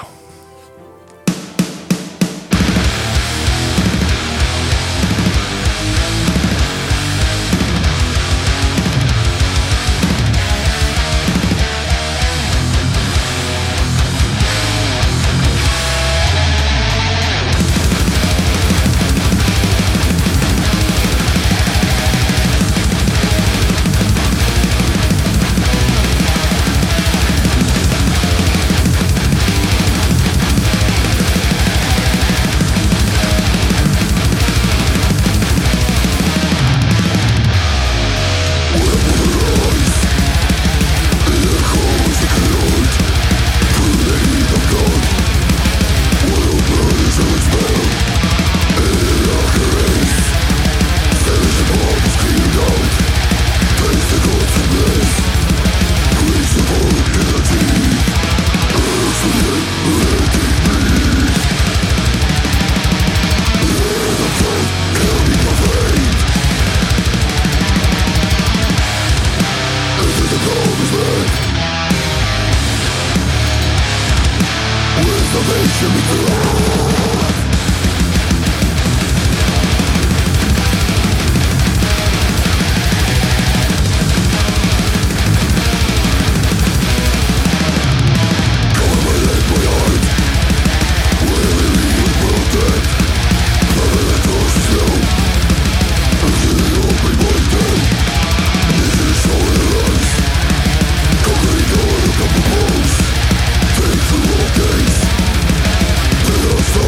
Take the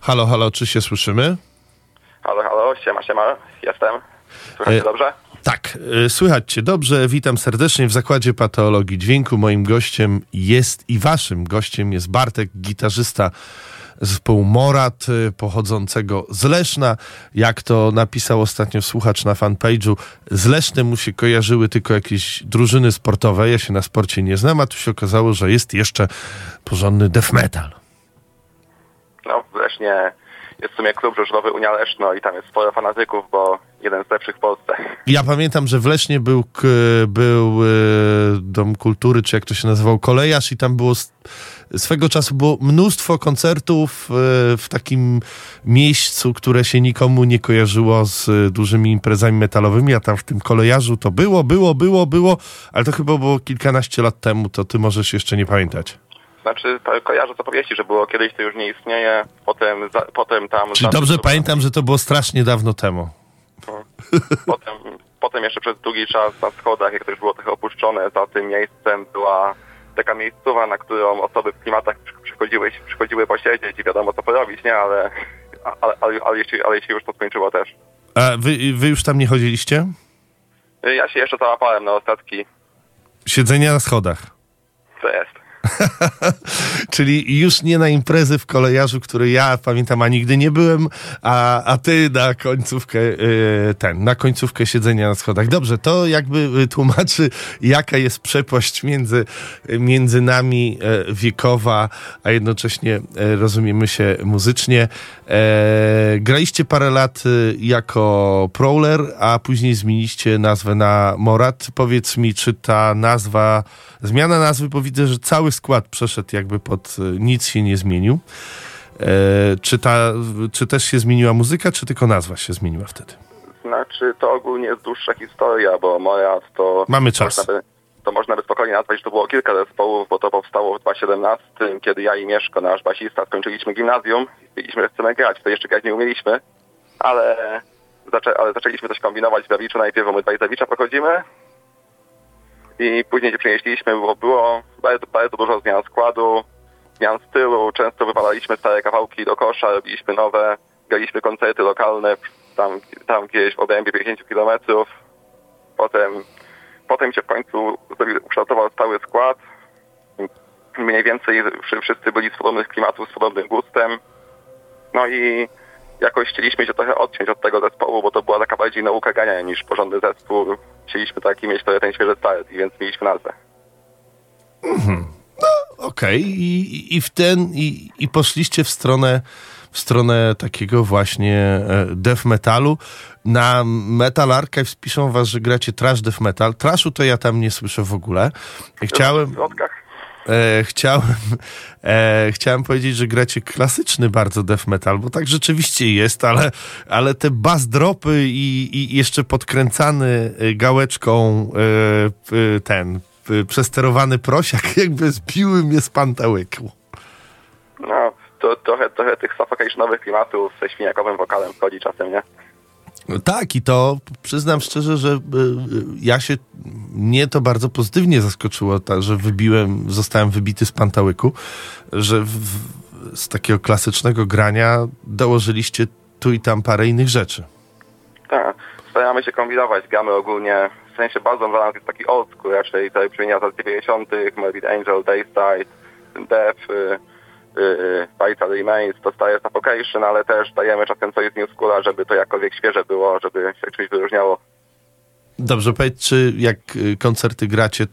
Halo, halo, czy się słyszymy? Halo, siema, jestem. Słychać się dobrze? Tak, słychać cię dobrze. Witam serdecznie w Zakładzie Patologii Dźwięku. Moim gościem jest i waszym gościem jest Bartek, gitarzysta zespołu Morat, pochodzącego z Leszna. Jak to napisał ostatnio słuchacz na fanpage'u, z Lesznem mu się kojarzyły tylko jakieś drużyny sportowe. Ja się na sporcie nie znam, a tu się okazało, że jest jeszcze porządny death metal. No, w Lesznie jest w sumie klub drużynowy Unia Leszno i tam jest sporo fanatyków, bo jeden z lepszych w Polsce. Ja pamiętam, że w Lesznie był Dom Kultury, czy jak to się nazywał, Kolejarz i tam było swego czasu było mnóstwo koncertów w takim miejscu, które się nikomu nie kojarzyło z dużymi imprezami metalowymi, a tam w tym Kolejarzu to było, ale to chyba było kilkanaście lat temu, to ty możesz jeszcze nie pamiętać. Znaczy, kojarzę z opowieści, że było kiedyś, to już nie istnieje, potem tam... Czyli dobrze pamiętam, że to było strasznie dawno temu. Potem jeszcze przez długi czas na schodach, jak to już było trochę opuszczone, za tym miejscem była taka miejscowa, na którą osoby w klimatach przychodziły posiedzieć i wiadomo co porobić, nie? Ale się już to skończyło też. A wy już tam nie chodziliście? Ja się jeszcze załapałem na ostatki. Siedzenia na schodach. To jest. Czyli już nie na imprezy w Kolejarzu, który ja pamiętam, a nigdy nie byłem, a ty na końcówkę siedzenia na schodach. Dobrze, to jakby tłumaczy, jaka jest przepaść między nami wiekowa, a jednocześnie rozumiemy się muzycznie. Graliście parę lat jako Prowler, a później zmieniliście nazwę na Morat. Powiedz mi, czy ta zmiana nazwy, bo widzę, że cały skład przeszedł jakby nic się nie zmienił. Czy też się zmieniła muzyka, czy tylko nazwa się zmieniła wtedy? Znaczy, to ogólnie jest dłuższa historia, bo Morat to... Mamy czas. Można by spokojnie nazwać, że to było kilka zespołów, bo to powstało w 2017, kiedy ja i Mieszko, nasz basista, skończyliśmy gimnazjum i stwierdziliśmy, że chcemy grać. Wtedy jeszcze grać nie umieliśmy, ale zaczęliśmy coś kombinować w Zawiczu. Najpierw my z Zawicza pochodzimy i później się przenieśliśmy, bo było bardzo dużo zmian składu, zmian stylu. Często wywalaliśmy stare kawałki do kosza, robiliśmy nowe, graliśmy koncerty lokalne tam gdzieś w obrębie 50 kilometrów. Potem się w końcu ukształtował stały skład. Mniej więcej wszyscy byli z podobnych klimatów, z podobnym gustem. No i jakoś chcieliśmy się trochę odciąć od tego zespołu, bo to była taka bardziej nauka grania niż porządny zespół. Chcieliśmy taki mieć ten świeży start, więc mieliśmy nazwę. Mhm. No okej. I poszliście w stronę takiego właśnie death metalu. Na Metal Archives piszą was, że gracie trash death metal. Trashu to ja tam nie słyszę w ogóle. Chciałem powiedzieć, że gracie klasyczny bardzo death metal, bo tak rzeczywiście jest, ale te bass dropy i jeszcze podkręcany gałeczką przesterowany prosiak jakby zbiły mnie z pantałyku. No, to trochę tych suffocationowych klimatów ze świniakowym wokalem wchodzi czasem, nie? Tak, i to przyznam szczerze, że mnie to bardzo pozytywnie zaskoczyło, że zostałem wybity z pantałyku, że z takiego klasycznego grania dołożyliście tu i tam parę innych rzeczy. Tak, staramy się kombinować, gramy ogólnie, w sensie bazą dla nas jest taki old school raczej, to brzmienia z lat 90., Morbid Angel, Dayside, Death, Vital Remains, to staje Suffocation, ale też dajemy czasem coś z New Schoola, żeby to jakkolwiek świeże było, żeby się czymś wyróżniało. Dobrze, powiedz, czy jak koncerty gracie,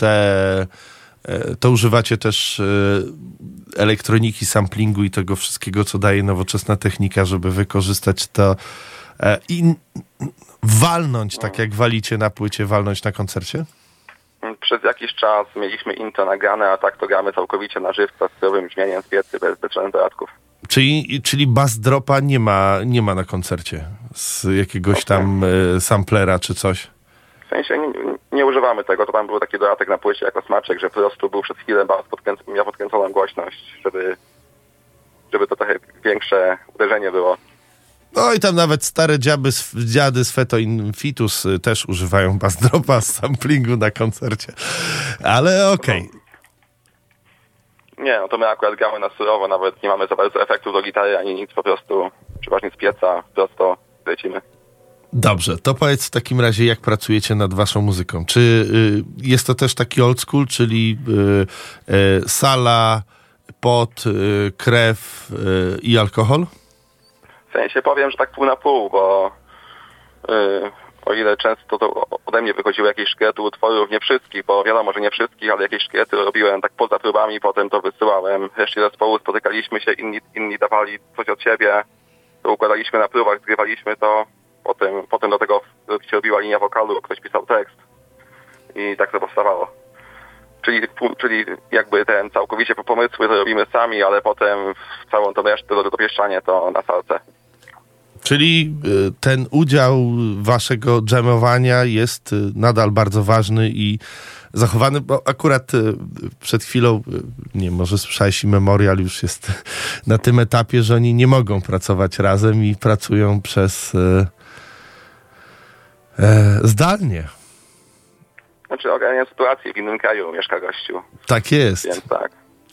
to używacie też elektroniki, samplingu i tego wszystkiego, co daje nowoczesna technika, żeby wykorzystać to i walnąć, tak jak walicie na płycie, walnąć na koncercie? Przez jakiś czas mieliśmy intro nagrane, a tak to gramy całkowicie na żywca, z surowym brzmieniem z piecy, bez żadnych dodatków. Czyli bass dropa nie ma na koncercie? Z jakiegoś tam samplera czy coś? W sensie nie używamy tego, to tam był taki dodatek na płycie jako smaczek, że po prostu był przez chwilę bass miał podkręconą głośność, żeby to trochę większe uderzenie było. No i tam nawet stare dziady z Feto Infitus też używają bass dropa z samplingu na koncercie. Ale okej. Nie, no to my akurat gramy na surowo, nawet nie mamy za bardzo efektów do gitary ani nic, po prostu przeważnie z pieca prosto lecimy. Dobrze, to powiedz w takim razie, jak pracujecie nad waszą muzyką. Czy jest to też taki old school, czyli sala, pot, krew i alkohol? W sensie powiem, że tak pół na pół, bo o ile często to ode mnie wychodziły jakieś szkielety utworów, nie wszystkich, bo wiadomo, że nie wszystkich, ale jakieś szkielety robiłem tak poza próbami, potem to wysyłałem. Reszcie zespołu spotykaliśmy się, inni dawali coś od siebie, to układaliśmy na próbach, zgrywaliśmy to, potem do tego się robiła linia wokalu, ktoś pisał tekst i tak to powstawało. Czyli jakby ten całkowicie pomysły to robimy sami, ale potem całą tą resztę do dopieszczania to na salce. Czyli ten udział waszego dżemowania jest nadal bardzo ważny i zachowany, bo akurat przed chwilą, nie może słyszałeś, i Memorial już jest na tym etapie, że oni nie mogą pracować razem i pracują zdalnie. Znaczy ogarniam sytuację, w innym kraju mieszka gościu. Tak jest. Więc tak.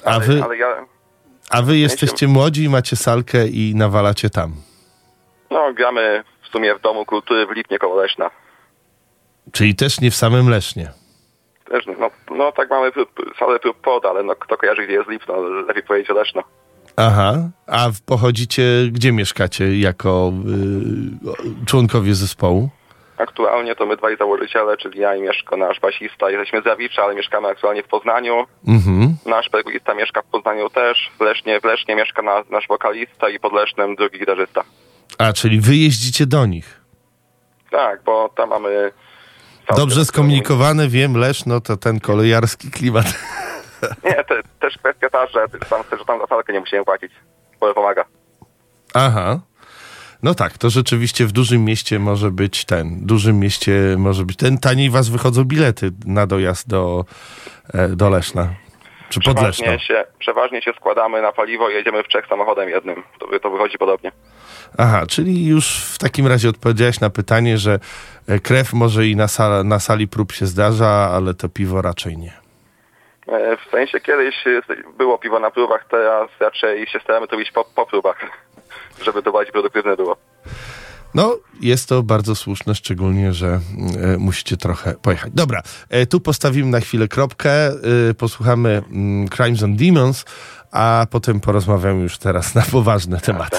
A wy jesteście młodzi i macie salkę i nawalacie tam. No, gramy w sumie w Domu Kultury w Lipnie koło Leszna. Czyli też nie w samym Lesznie. Też, no tak mamy salę prób pod, ale no, kto kojarzy, gdzie jest Lipno, lepiej powiedzieć o Leszno. Aha, a pochodzicie, gdzie mieszkacie jako członkowie zespołu? Aktualnie to my dwaj założyciele, czyli ja i Mieszko, nasz basista. Jesteśmy z Zawicza, ale mieszkamy aktualnie w Poznaniu. Mhm. Nasz perkusista mieszka w Poznaniu też. W Lesznie mieszka nasz wokalista i pod Lesznem drugi gitarzysta. A, czyli wy jeździcie do nich. Tak, bo tam mamy... Dobrze skomunikowane, wiem, Leszno to ten kolejarski klimat. Nie, też kwestia ta, że tam za salkę nie musimy płacić, bo pomaga. Aha. No tak, to rzeczywiście w dużym mieście może być ten. Taniej was wychodzą bilety na dojazd do Leszna. Czy pod Leszno? Przeważnie się składamy na paliwo i jedziemy w Czech samochodem jednym. To wychodzi podobnie. Aha, czyli już w takim razie odpowiedziałeś na pytanie, że krew może i na sali prób się zdarza, ale to piwo raczej nie. W sensie kiedyś było piwo na próbach, teraz raczej się staramy to robić po próbach, żeby to bardziej produktywne było. No, jest to bardzo słuszne, szczególnie, że musicie trochę pojechać. Dobra, tu postawimy na chwilę kropkę, posłuchamy Crimes and Demons, a potem porozmawiamy już teraz na poważne tematy.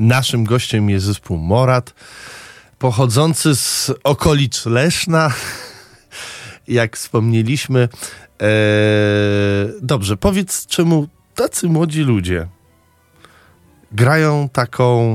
Naszym gościem jest zespół Morat, pochodzący z okolic Leszna, jak wspomnieliśmy. Dobrze, powiedz, czemu tacy młodzi ludzie grają taką,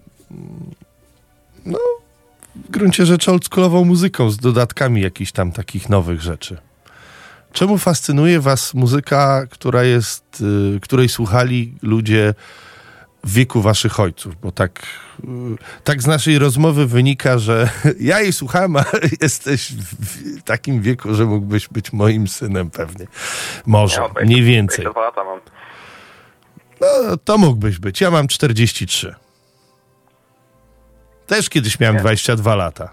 no, w gruncie rzeczy oldschoolową muzyką z dodatkami jakichś tam takich nowych rzeczy. Czemu fascynuje was muzyka, której słuchali ludzie w wieku waszych ojców? Bo tak z naszej rozmowy wynika, że ja jej słuchałem, a jesteś w takim wieku, że mógłbyś być moim synem pewnie. Może, mniej więcej. 22 lata mam. No, to mógłbyś być. Ja mam 43. Też kiedyś miałem 22 lata.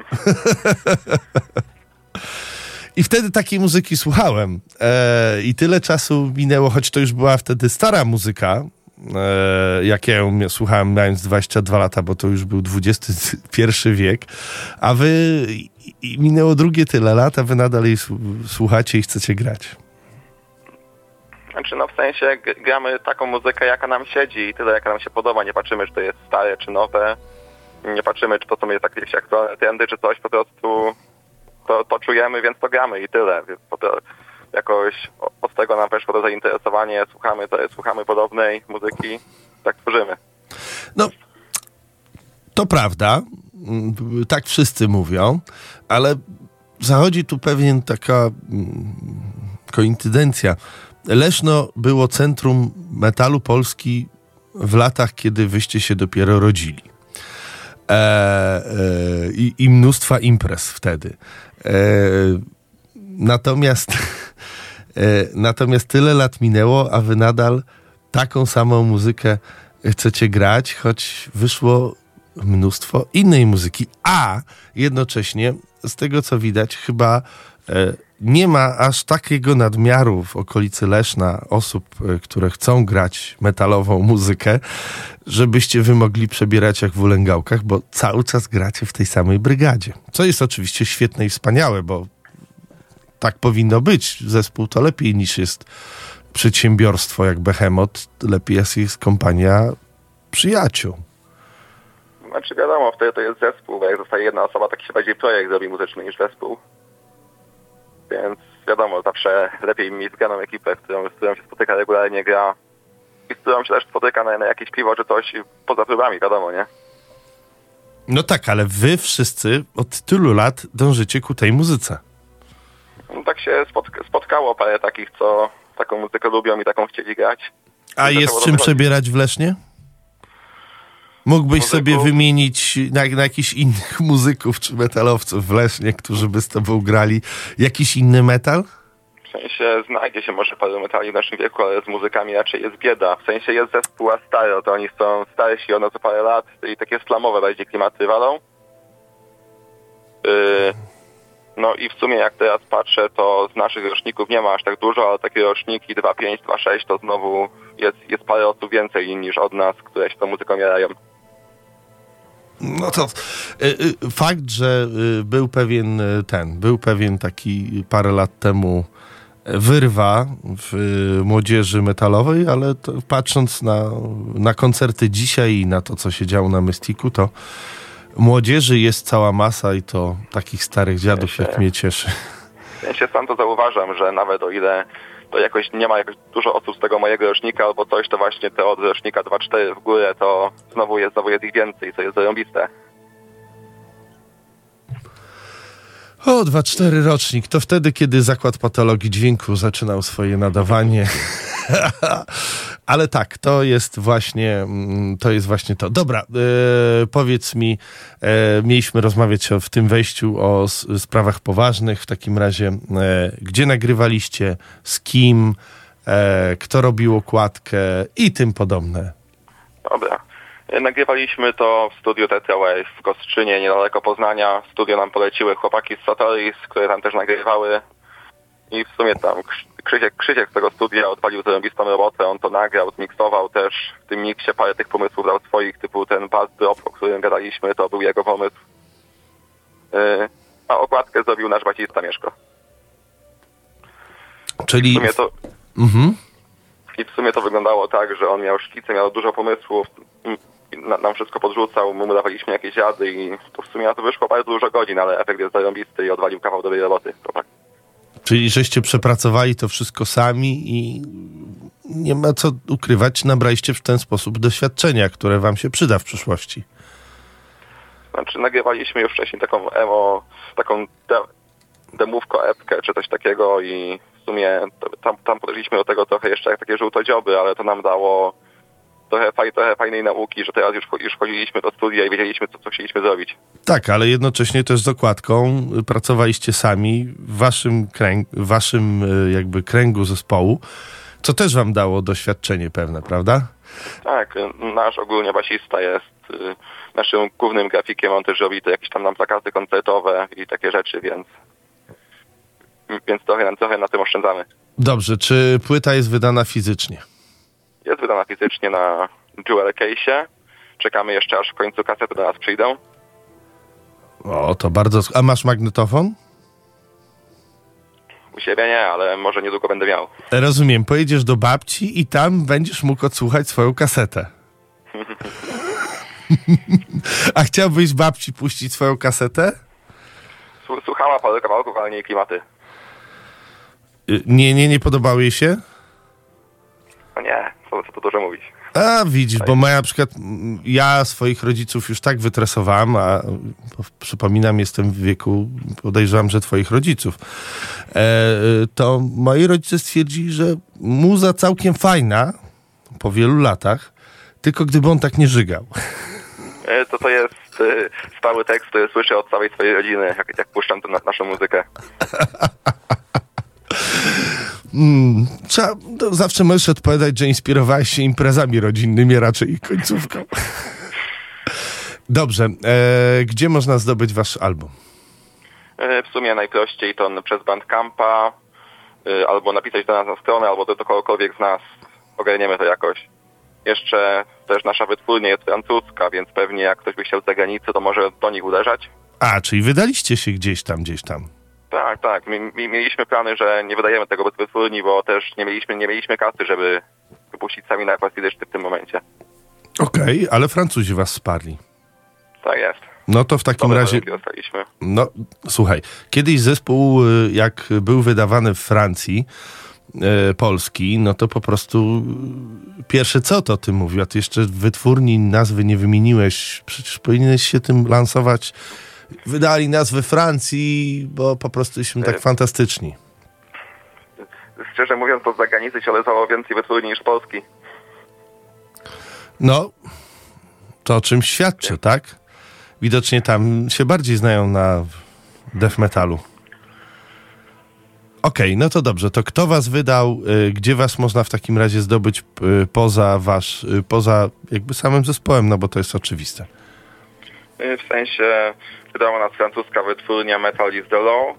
I wtedy takiej muzyki słuchałem. I tyle czasu minęło, choć to już była wtedy stara muzyka, jak ja ją słuchałem mając 22 lata, bo to już był XXI wiek, a wy minęło drugie tyle lat, a wy nadal jej słuchacie i chcecie grać. Znaczy, no w sensie gramy taką muzykę, jaka nam siedzi i tyle, jaka nam się podoba. Nie patrzymy, czy to jest stare, czy nowe. Nie patrzymy, czy to są jakieś aktualne trendy, czy coś. Po prostu to czujemy, więc to gramy i tyle. Więc jakoś od tego nam weszło to zainteresowanie. Słuchamy podobnej muzyki. Tak tworzymy. No, to prawda. Tak wszyscy mówią, ale zachodzi tu pewien taka koincydencja. Leszno było centrum metalu Polski w latach, kiedy wyście się dopiero rodzili. I mnóstwa imprez wtedy. Natomiast tyle lat minęło, a wy nadal taką samą muzykę chcecie grać, choć wyszło mnóstwo innej muzyki. A jednocześnie, z tego co widać, chyba nie ma aż takiego nadmiaru w okolicy Leszna osób, które chcą grać metalową muzykę, żebyście wy mogli przebierać jak w ulęgałkach, bo cały czas gracie w tej samej brygadzie. Co jest oczywiście świetne i wspaniałe, bo tak powinno być. Zespół to lepiej niż jest przedsiębiorstwo jak Behemoth, lepiej jest kompania przyjaciół. Znaczy wiadomo, wtedy to jest zespół, bo jak zostaje jedna osoba, tak się bardziej projekt robi muzyczny niż zespół. Więc wiadomo, zawsze lepiej mieć zgraną ekipę, z którą się spotyka regularnie, gra i z którą się też spotyka na jakieś piwo czy coś poza próbami, wiadomo, nie? No tak, ale wy wszyscy od tylu lat dążycie ku tej muzyce. No, tak się spotkało parę takich, co taką muzykę lubią i taką chcieli grać. A jest czym przebierać w Lesznie? Mógłbyś sobie wymienić na jakichś innych muzyków czy metalowców w Lesznie, którzy by z tobą grali jakiś inny metal? W sensie znajdzie się może paru metali w naszym wieku, ale z muzykami raczej jest bieda. W sensie jest zespół Astaro, to oni są starsi od nas o parę lat i takie slamowe bardziej klimaty walą. No i w sumie jak teraz patrzę, to z naszych roczników nie ma aż tak dużo, ale takie roczniki 2.5, 2.6 to znowu jest parę osób więcej niż od nas, które się tą muzyką jarają. No to fakt, że był pewien taki parę lat temu wyrwa w młodzieży metalowej, ale to, patrząc na koncerty dzisiaj i na to, co się działo na Mystiku, to młodzieży jest cała masa i to takich starych dziadów, jak mnie cieszy. Ja się sam to zauważam, że nawet o ile to jakoś nie ma jakoś dużo osób z tego mojego rocznika albo coś, to właśnie te od rocznika 2-4 w górę, to znowu jest ich więcej, co jest zarąbiste. O, 2-4 rocznik. To wtedy, kiedy Zakład Patologii Dźwięku zaczynał swoje nadawanie. Ale tak, to jest właśnie to. Dobra, powiedz mi, mieliśmy rozmawiać w tym wejściu o sprawach poważnych. W takim razie, gdzie nagrywaliście, z kim, kto robił okładkę i tym podobne. Dobra. Nagrywaliśmy to w studiu Tetra Wave w Kostrzynie, niedaleko Poznania. Studio nam poleciły chłopaki z Satoris, które tam też nagrywały. I w sumie tam Krzysiek z tego studia odpalił zarąbistą robotę, on to nagrał, zmiksował też. W tym miksie parę tych pomysłów dał swoich, typu ten bass drop, o którym gadaliśmy, to był jego pomysł. A okładkę zrobił nasz basista Mieszko. Czyli... I w sumie to wyglądało tak, że on miał szkice, miał dużo pomysłów. nam wszystko podrzucał, my mu dawaliśmy jakieś rady i to w sumie na to wyszło bardzo dużo godzin, ale efekt jest zarąbisty i odwalił kawał dobrej roboty. To tak. Czyli żeście przepracowali to wszystko sami i nie ma co ukrywać, nabraliście w ten sposób doświadczenia, które wam się przyda w przyszłości. Znaczy nagrywaliśmy już wcześniej taką demówko, epkę czy coś takiego i w sumie tam podeszliśmy do tego trochę jeszcze jak takie żółtodzioby, ale to nam dało trochę fajnej nauki, że teraz już chodziliśmy do studia i wiedzieliśmy, co chcieliśmy zrobić. Tak, ale jednocześnie też z okładką pracowaliście sami w waszym jakby kręgu zespołu, co też wam dało doświadczenie pewne, prawda? Tak, nasz ogólnie basista jest naszym głównym grafikiem, on też robi to jakieś tam nam plakaty koncertowe i takie rzeczy, więc trochę na tym oszczędzamy. Dobrze, czy płyta jest wydana fizycznie? Jest wydana fizycznie na Jewel Case'ie. Czekamy jeszcze, aż w końcu kasety do nas przyjdą. O, to bardzo... A masz magnetofon? U siebie nie, ale może niedługo będę miał. Rozumiem, pojedziesz do babci i tam będziesz mógł odsłuchać swoją kasetę. A chciałbyś babci puścić swoją kasetę? Słuchała parę kawałków, ale nie klimaty. Nie podobały jej się? No nie, co tu dużo mówić. A widzisz, bo na przykład ja swoich rodziców już tak wytresowałem, a przypominam, jestem w wieku, podejrzewam, że twoich rodziców, to moi rodzice stwierdzili, że muza całkiem fajna po wielu latach, tylko gdyby on tak nie żygał. To jest stały tekst, który słyszę od całej swojej rodziny, jak puszczam naszą muzykę. Zawsze możesz odpowiadać, że inspirowałeś się imprezami rodzinnymi, raczej ich końcówką. Dobrze, gdzie można zdobyć wasz album? W sumie najprościej to przez Bandcampa, albo napisać do nas na stronę, albo do kogokolwiek z nas. Ogarniemy to jakoś. Jeszcze też nasza wytwórnia jest francuska, więc pewnie jak ktoś by chciał z zagranicy, to może do nich uderzać. A, czyli wydaliście się gdzieś tam. Tak. Mieliśmy plany, że nie wydajemy tego bez wytwórni, bo też nie mieliśmy kasy, żeby wypuścić sami nakład fizyczny w tym momencie. Okej, ale Francuzi was wsparli. Tak jest. No to w takim razie... No, słuchaj, kiedyś zespół, jak był wydawany w Francji, polski, no to po prostu pierwsze co to ty mówił, a ty jeszcze w wytwórni nazwy nie wymieniłeś. Przecież powinieneś się tym lansować. Wydali nazwę Francji, bo po prostu jesteśmy tak fantastyczni. Szczerze mówiąc, to z zagranicy się leżało więcej wytwórni niż Polski. No, to o czym świadczy, tak? Widocznie tam się bardziej znają na death metalu. Okej, no to dobrze. To kto was wydał? Gdzie was można w takim razie zdobyć poza jakby samym zespołem? No bo to jest oczywiste. W sensie wydała nas francuska wytwórnia Metal is the Law.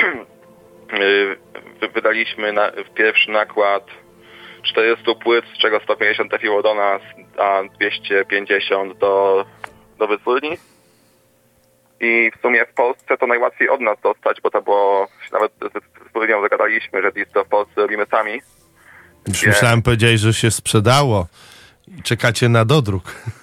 Wydaliśmy pierwszy nakład 400 płyt, z czego 150 trafiło do nas, a 250 do wytwórni. I w sumie w Polsce to najłatwiej od nas dostać, bo to było, nawet z wytwórnią zagadaliśmy, że distro w Polsce robimy sami. Już myślałem, powiedziałeś, że się sprzedało i czekacie na dodruk.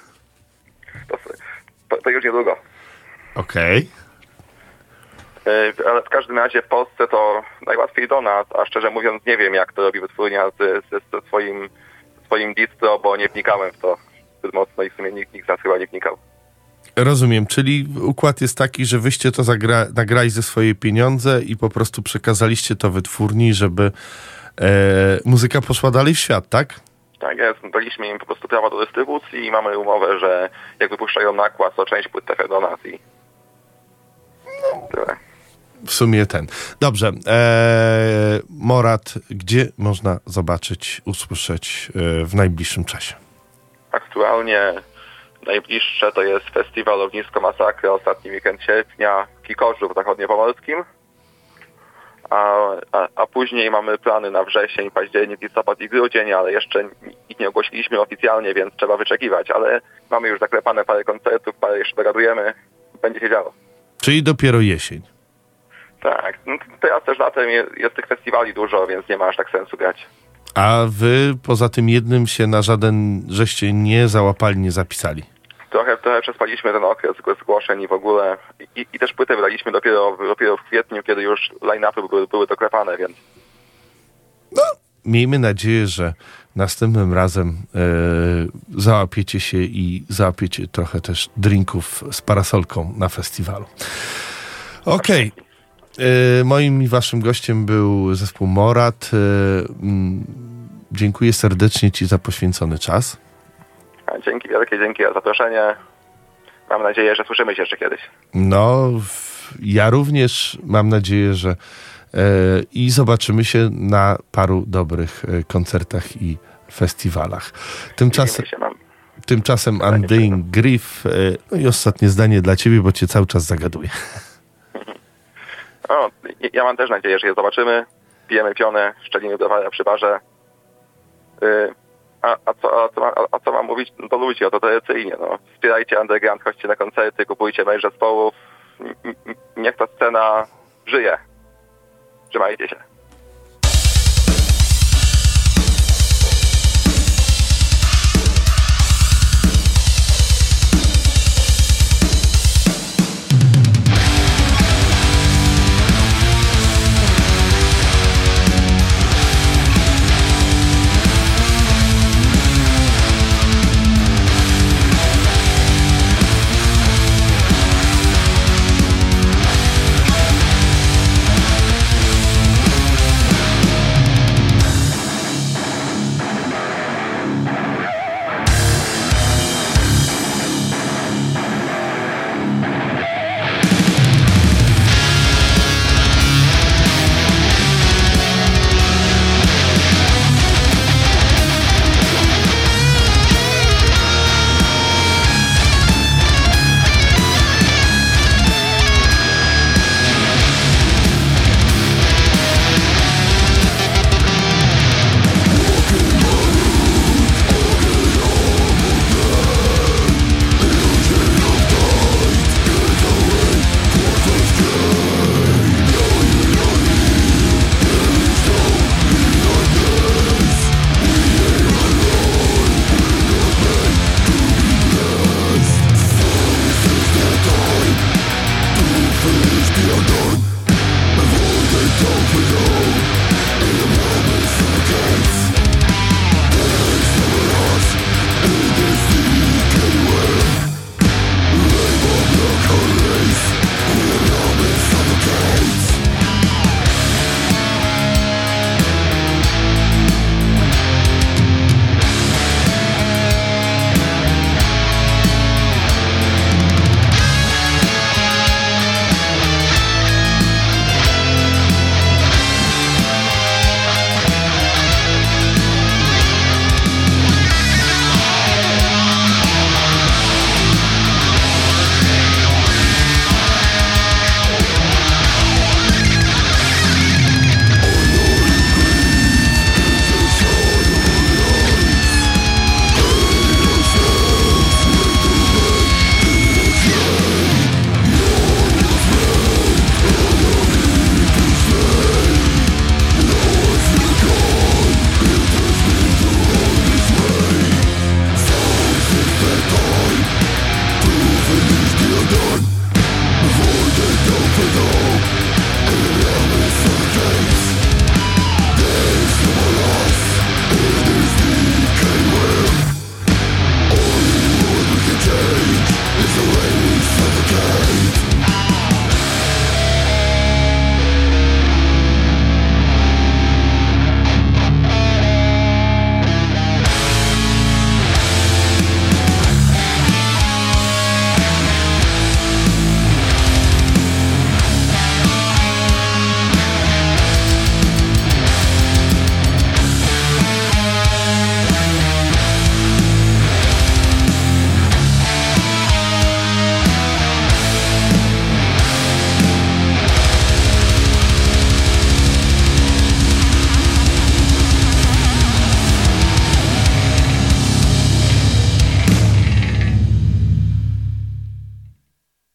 To już niedługo. Okej. Ale w każdym razie w Polsce to najłatwiej do nas, a szczerze mówiąc nie wiem, jak to robi wytwórnia ze swoim distro, bo nie wnikałem w to zbyt mocno i w sumie nikt z nas chyba nie wnikał. Rozumiem, czyli układ jest taki, że wyście to nagrali ze swoje pieniądze i po prostu przekazaliście to wytwórni, żeby muzyka poszła dalej w świat, tak? Tak jest, daliśmy im po prostu prawa do dystrybucji i mamy umowę, że jak wypuszczają nakład, to część płyt trafia do nas i tyle. W sumie Dobrze, Morat, gdzie można zobaczyć, usłyszeć w najbliższym czasie? Aktualnie najbliższe to jest festiwal Ognisko Masakry, ostatni weekend sierpnia w Kikorzu w zachodniopomorskim. A później mamy plany na wrzesień, październik, listopad i grudzień, ale jeszcze ich nie ogłosiliśmy oficjalnie, więc trzeba wyczekiwać. Ale mamy już zaklepane parę koncertów, parę jeszcze dogadujemy. Będzie się działo. Czyli dopiero jesień. Tak. No, teraz też latem jest tych festiwali dużo, więc nie ma aż tak sensu grać. A wy poza tym jednym się na żaden żeście nie załapali, nie zapisali? Trochę przespaliśmy ten okres zgłoszeń i w ogóle i też płytę wydaliśmy dopiero w kwietniu, kiedy już line-upy były doklepane, więc... No, miejmy nadzieję, że następnym razem załapiecie się i załapiecie trochę też drinków z parasolką na festiwalu. Okej. Moim i waszym gościem był zespół Morat. Dziękuję serdecznie ci za poświęcony czas. Dzięki, wielkie dzięki za zaproszenie. Mam nadzieję, że słyszymy się jeszcze kiedyś. No, ja również mam nadzieję, że i zobaczymy się na paru dobrych koncertach i festiwalach. Tymczasem Undying Grief. No i ostatnie zdanie dla ciebie, bo cię cały czas zagaduję. O, ja mam też nadzieję, że je zobaczymy. Pijemy pionę, szczelimy browara przy barze. A co mam mówić do ludzi? To tradycyjnie. No. Wspierajcie underground, chodźcie na koncerty, kupujcie merch zespołów. Niech ta scena żyje. Trzymajcie się.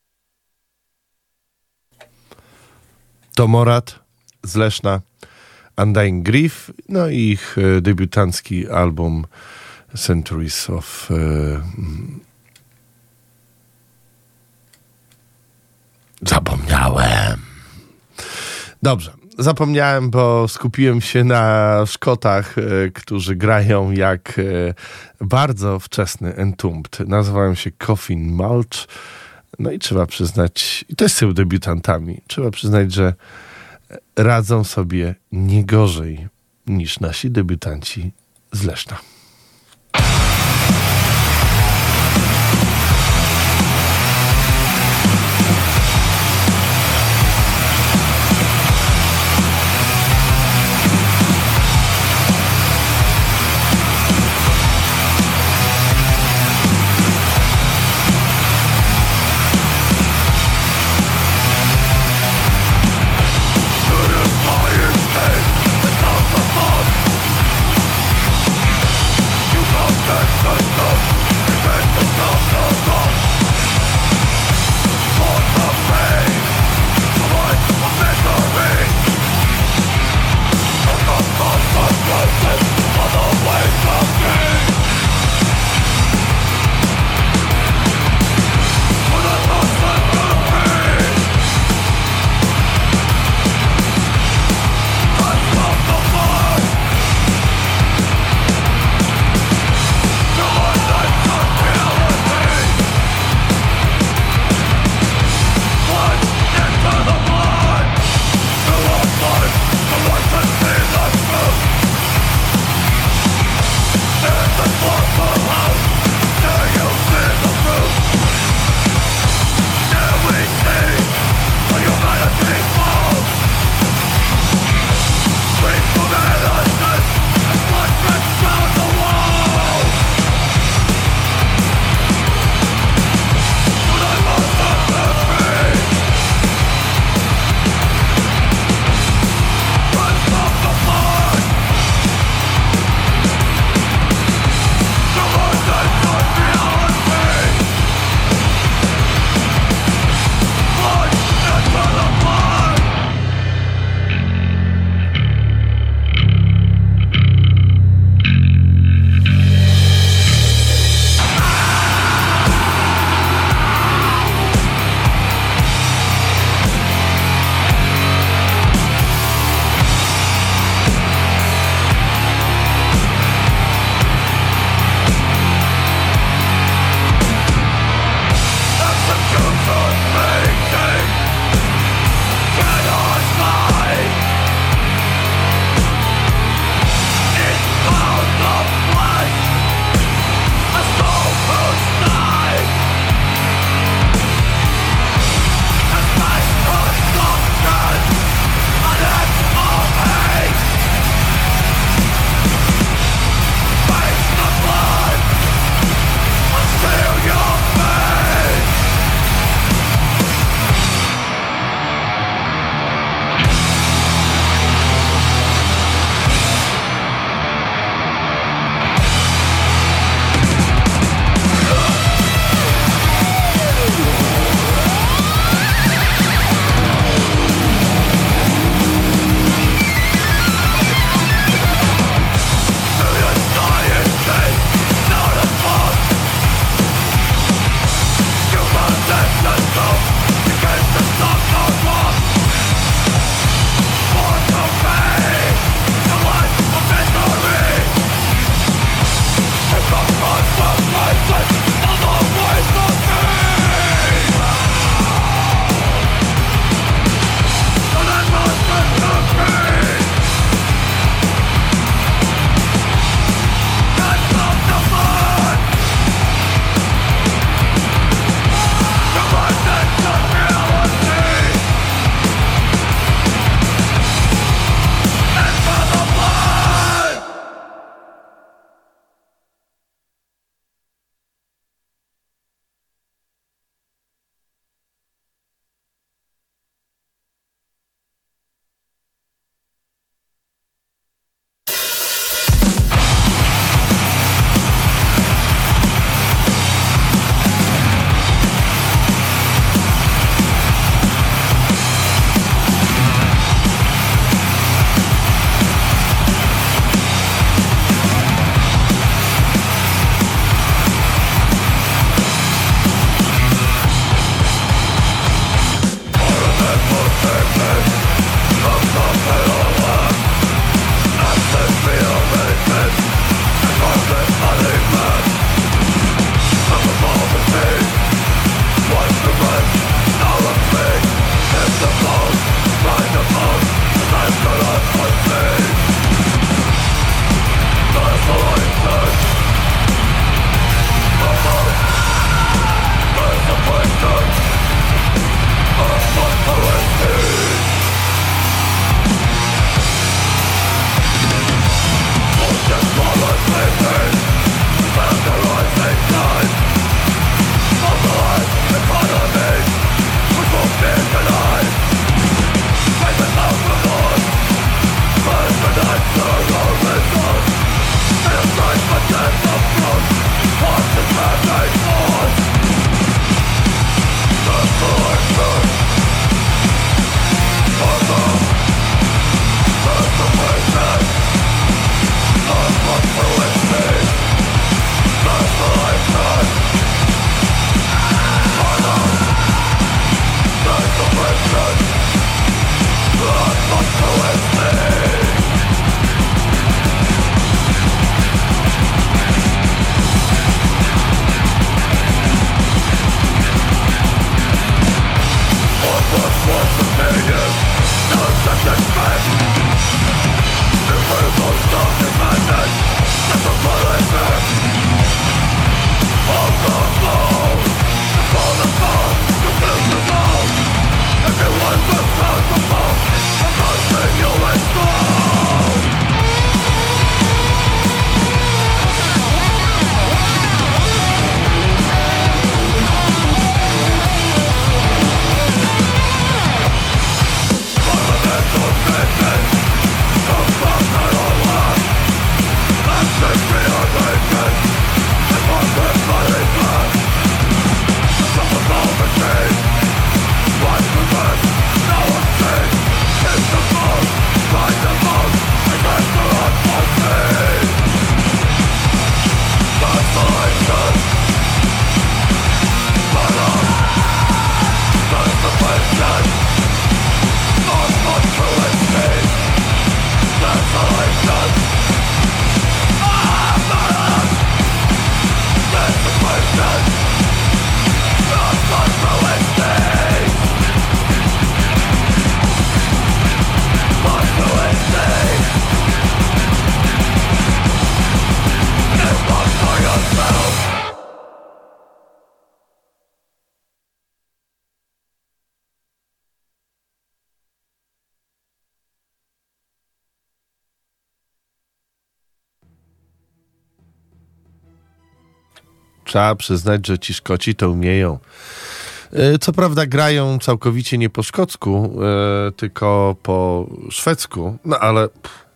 To Morat z Leszna, Undying Grief, no i ich debiutancki album Centuries of... Zapomniałem. Dobrze, zapomniałem, bo skupiłem się na Szkotach, którzy grają jak bardzo wczesny Entombed. Nazywają się Coffin Mulch. No i trzeba przyznać, i też są debiutantami, trzeba przyznać, że radzą sobie nie gorzej niż nasi debiutanci z Leszna. Fire, Trzeba przyznać, że ci Szkoci to umieją. Co prawda grają całkowicie nie po szkocku, tylko po szwedzku, no ale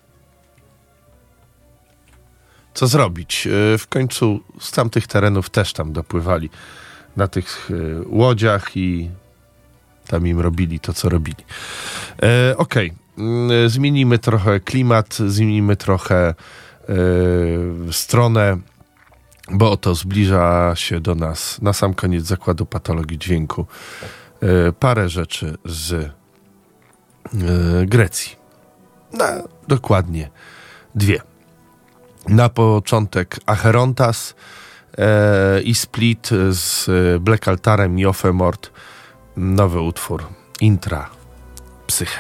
co zrobić? W końcu z tamtych terenów też tam dopływali na tych łodziach i tam im robili to, co robili. Okej. Zmienimy trochę klimat, zmienimy trochę stronę, bo oto zbliża się do nas na sam koniec Zakładu Patologii Dźwięku parę rzeczy z Grecji. Dokładnie 2. Na początek Acherontas i Split z Black Altarem i Ophemort. Nowy utwór Intra Psyche.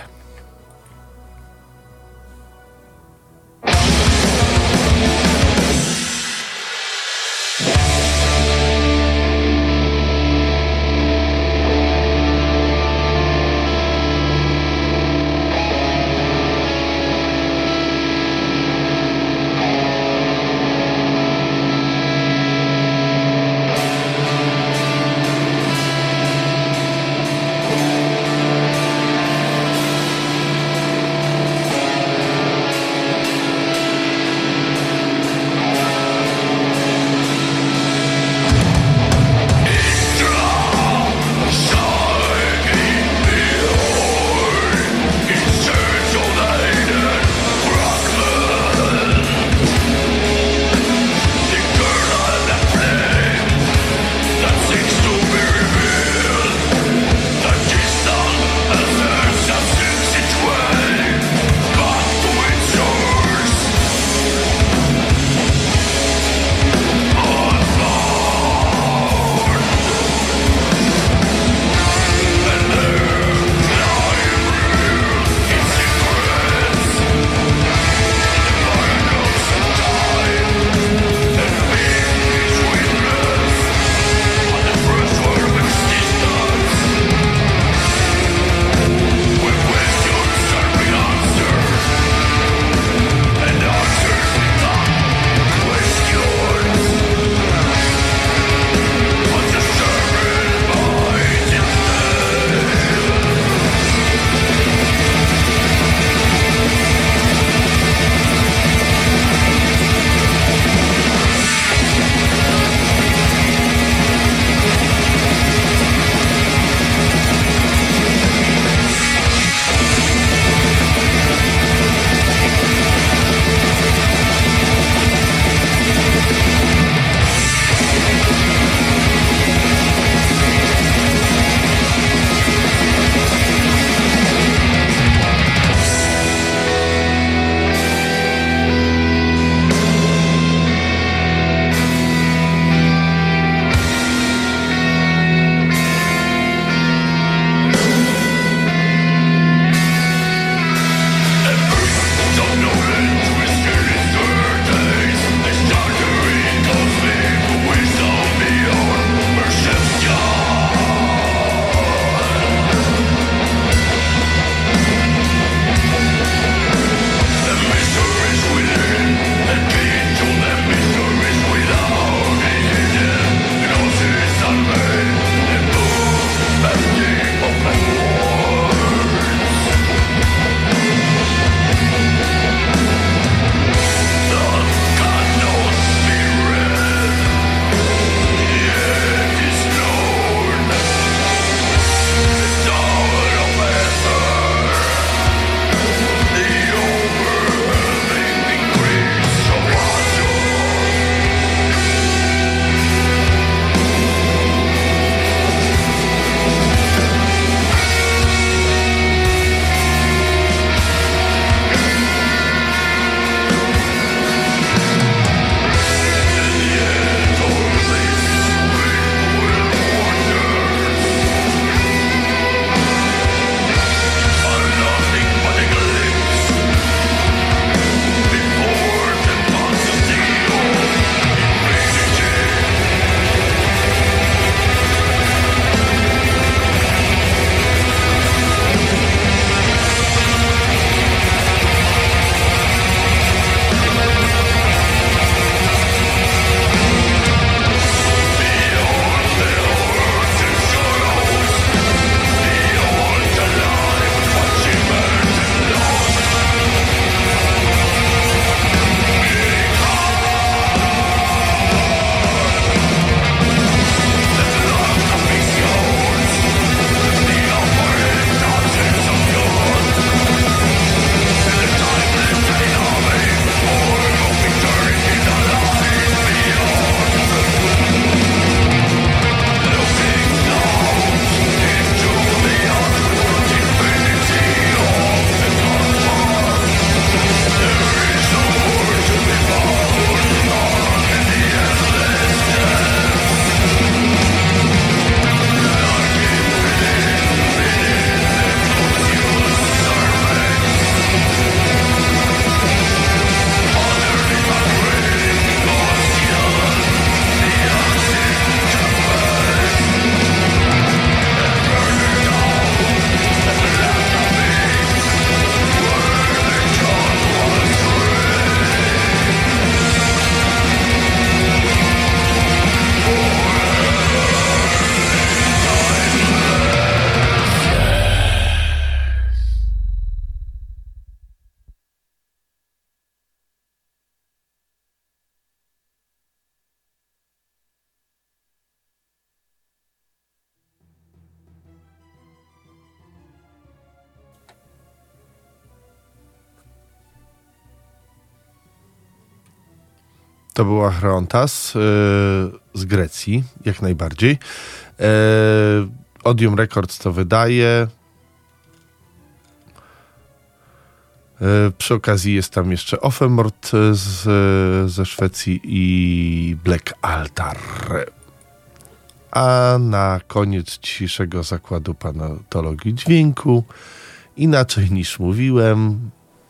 To był Achrontas z Grecji, jak najbardziej. Odium Records to wydaje. Przy okazji jest tam jeszcze Offenmord ze Szwecji i Black Altar. A na koniec dzisiejszego zakładu patologii dźwięku, inaczej niż mówiłem,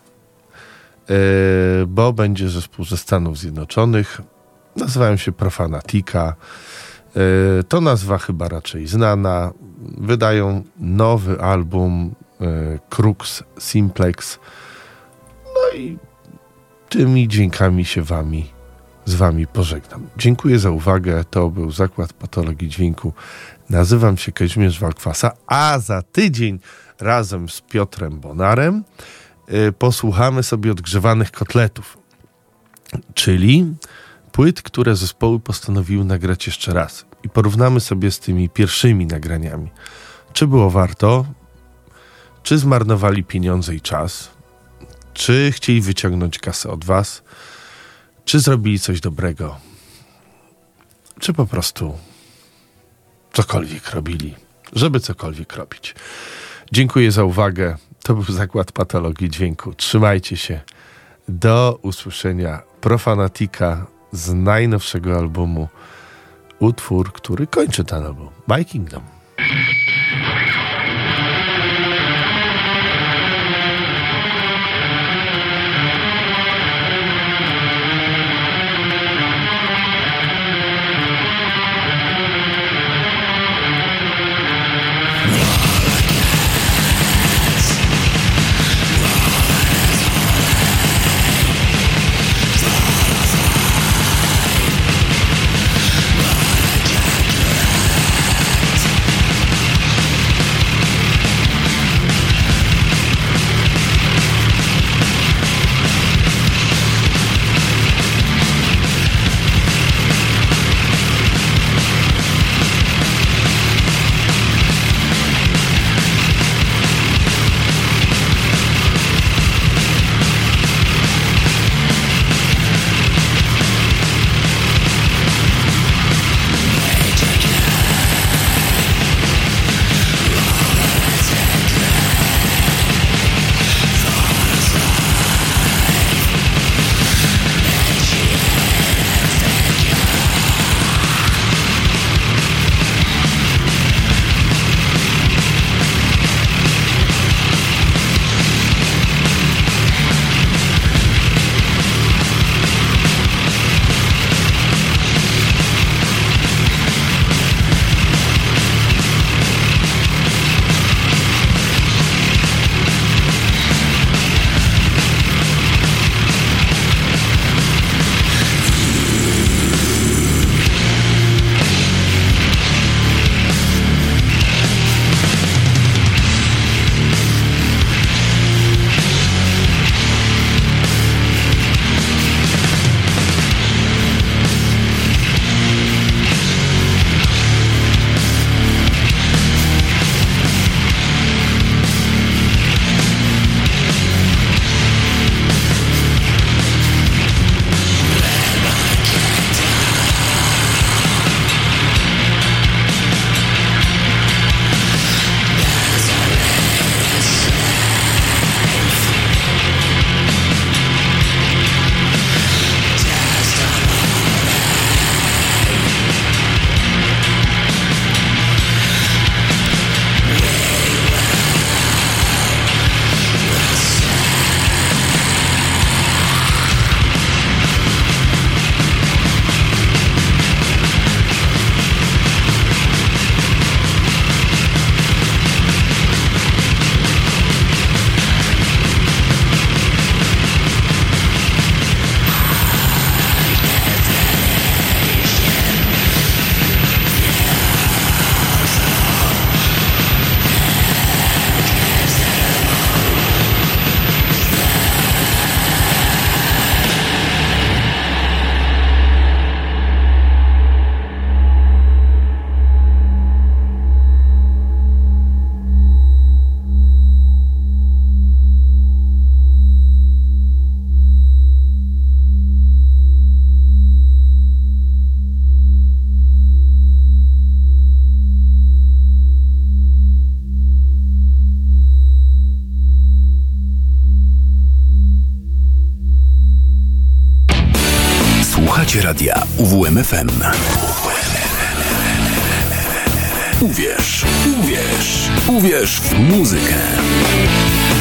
bo będzie zespół ze Stanów Zjednoczonych. Nazywają się Profanatica. To nazwa chyba raczej znana. Wydają nowy album Crux Simplex. No i tymi dźwiękami się z wami pożegnam. Dziękuję za uwagę. To był Zakład Patologii Dźwięku. Nazywam się Kazimierz Walkwasa, a za tydzień razem z Piotrem Bonarem posłuchamy sobie odgrzewanych kotletów, czyli płyt, które zespoły postanowiły nagrać jeszcze raz. I porównamy sobie z tymi pierwszymi nagraniami. Czy było warto? Czy zmarnowali pieniądze i czas? Czy chcieli wyciągnąć kasę od was? Czy zrobili coś dobrego? Czy po prostu cokolwiek robili, żeby cokolwiek robić? Dziękuję za uwagę. To był Zakład Patologii Dźwięku. Trzymajcie się. Do usłyszenia. Profanatica z najnowszego albumu. Utwór, który kończy ten album. My Kingdom. Słuchacie radia UWMFM. Uwierz w muzykę.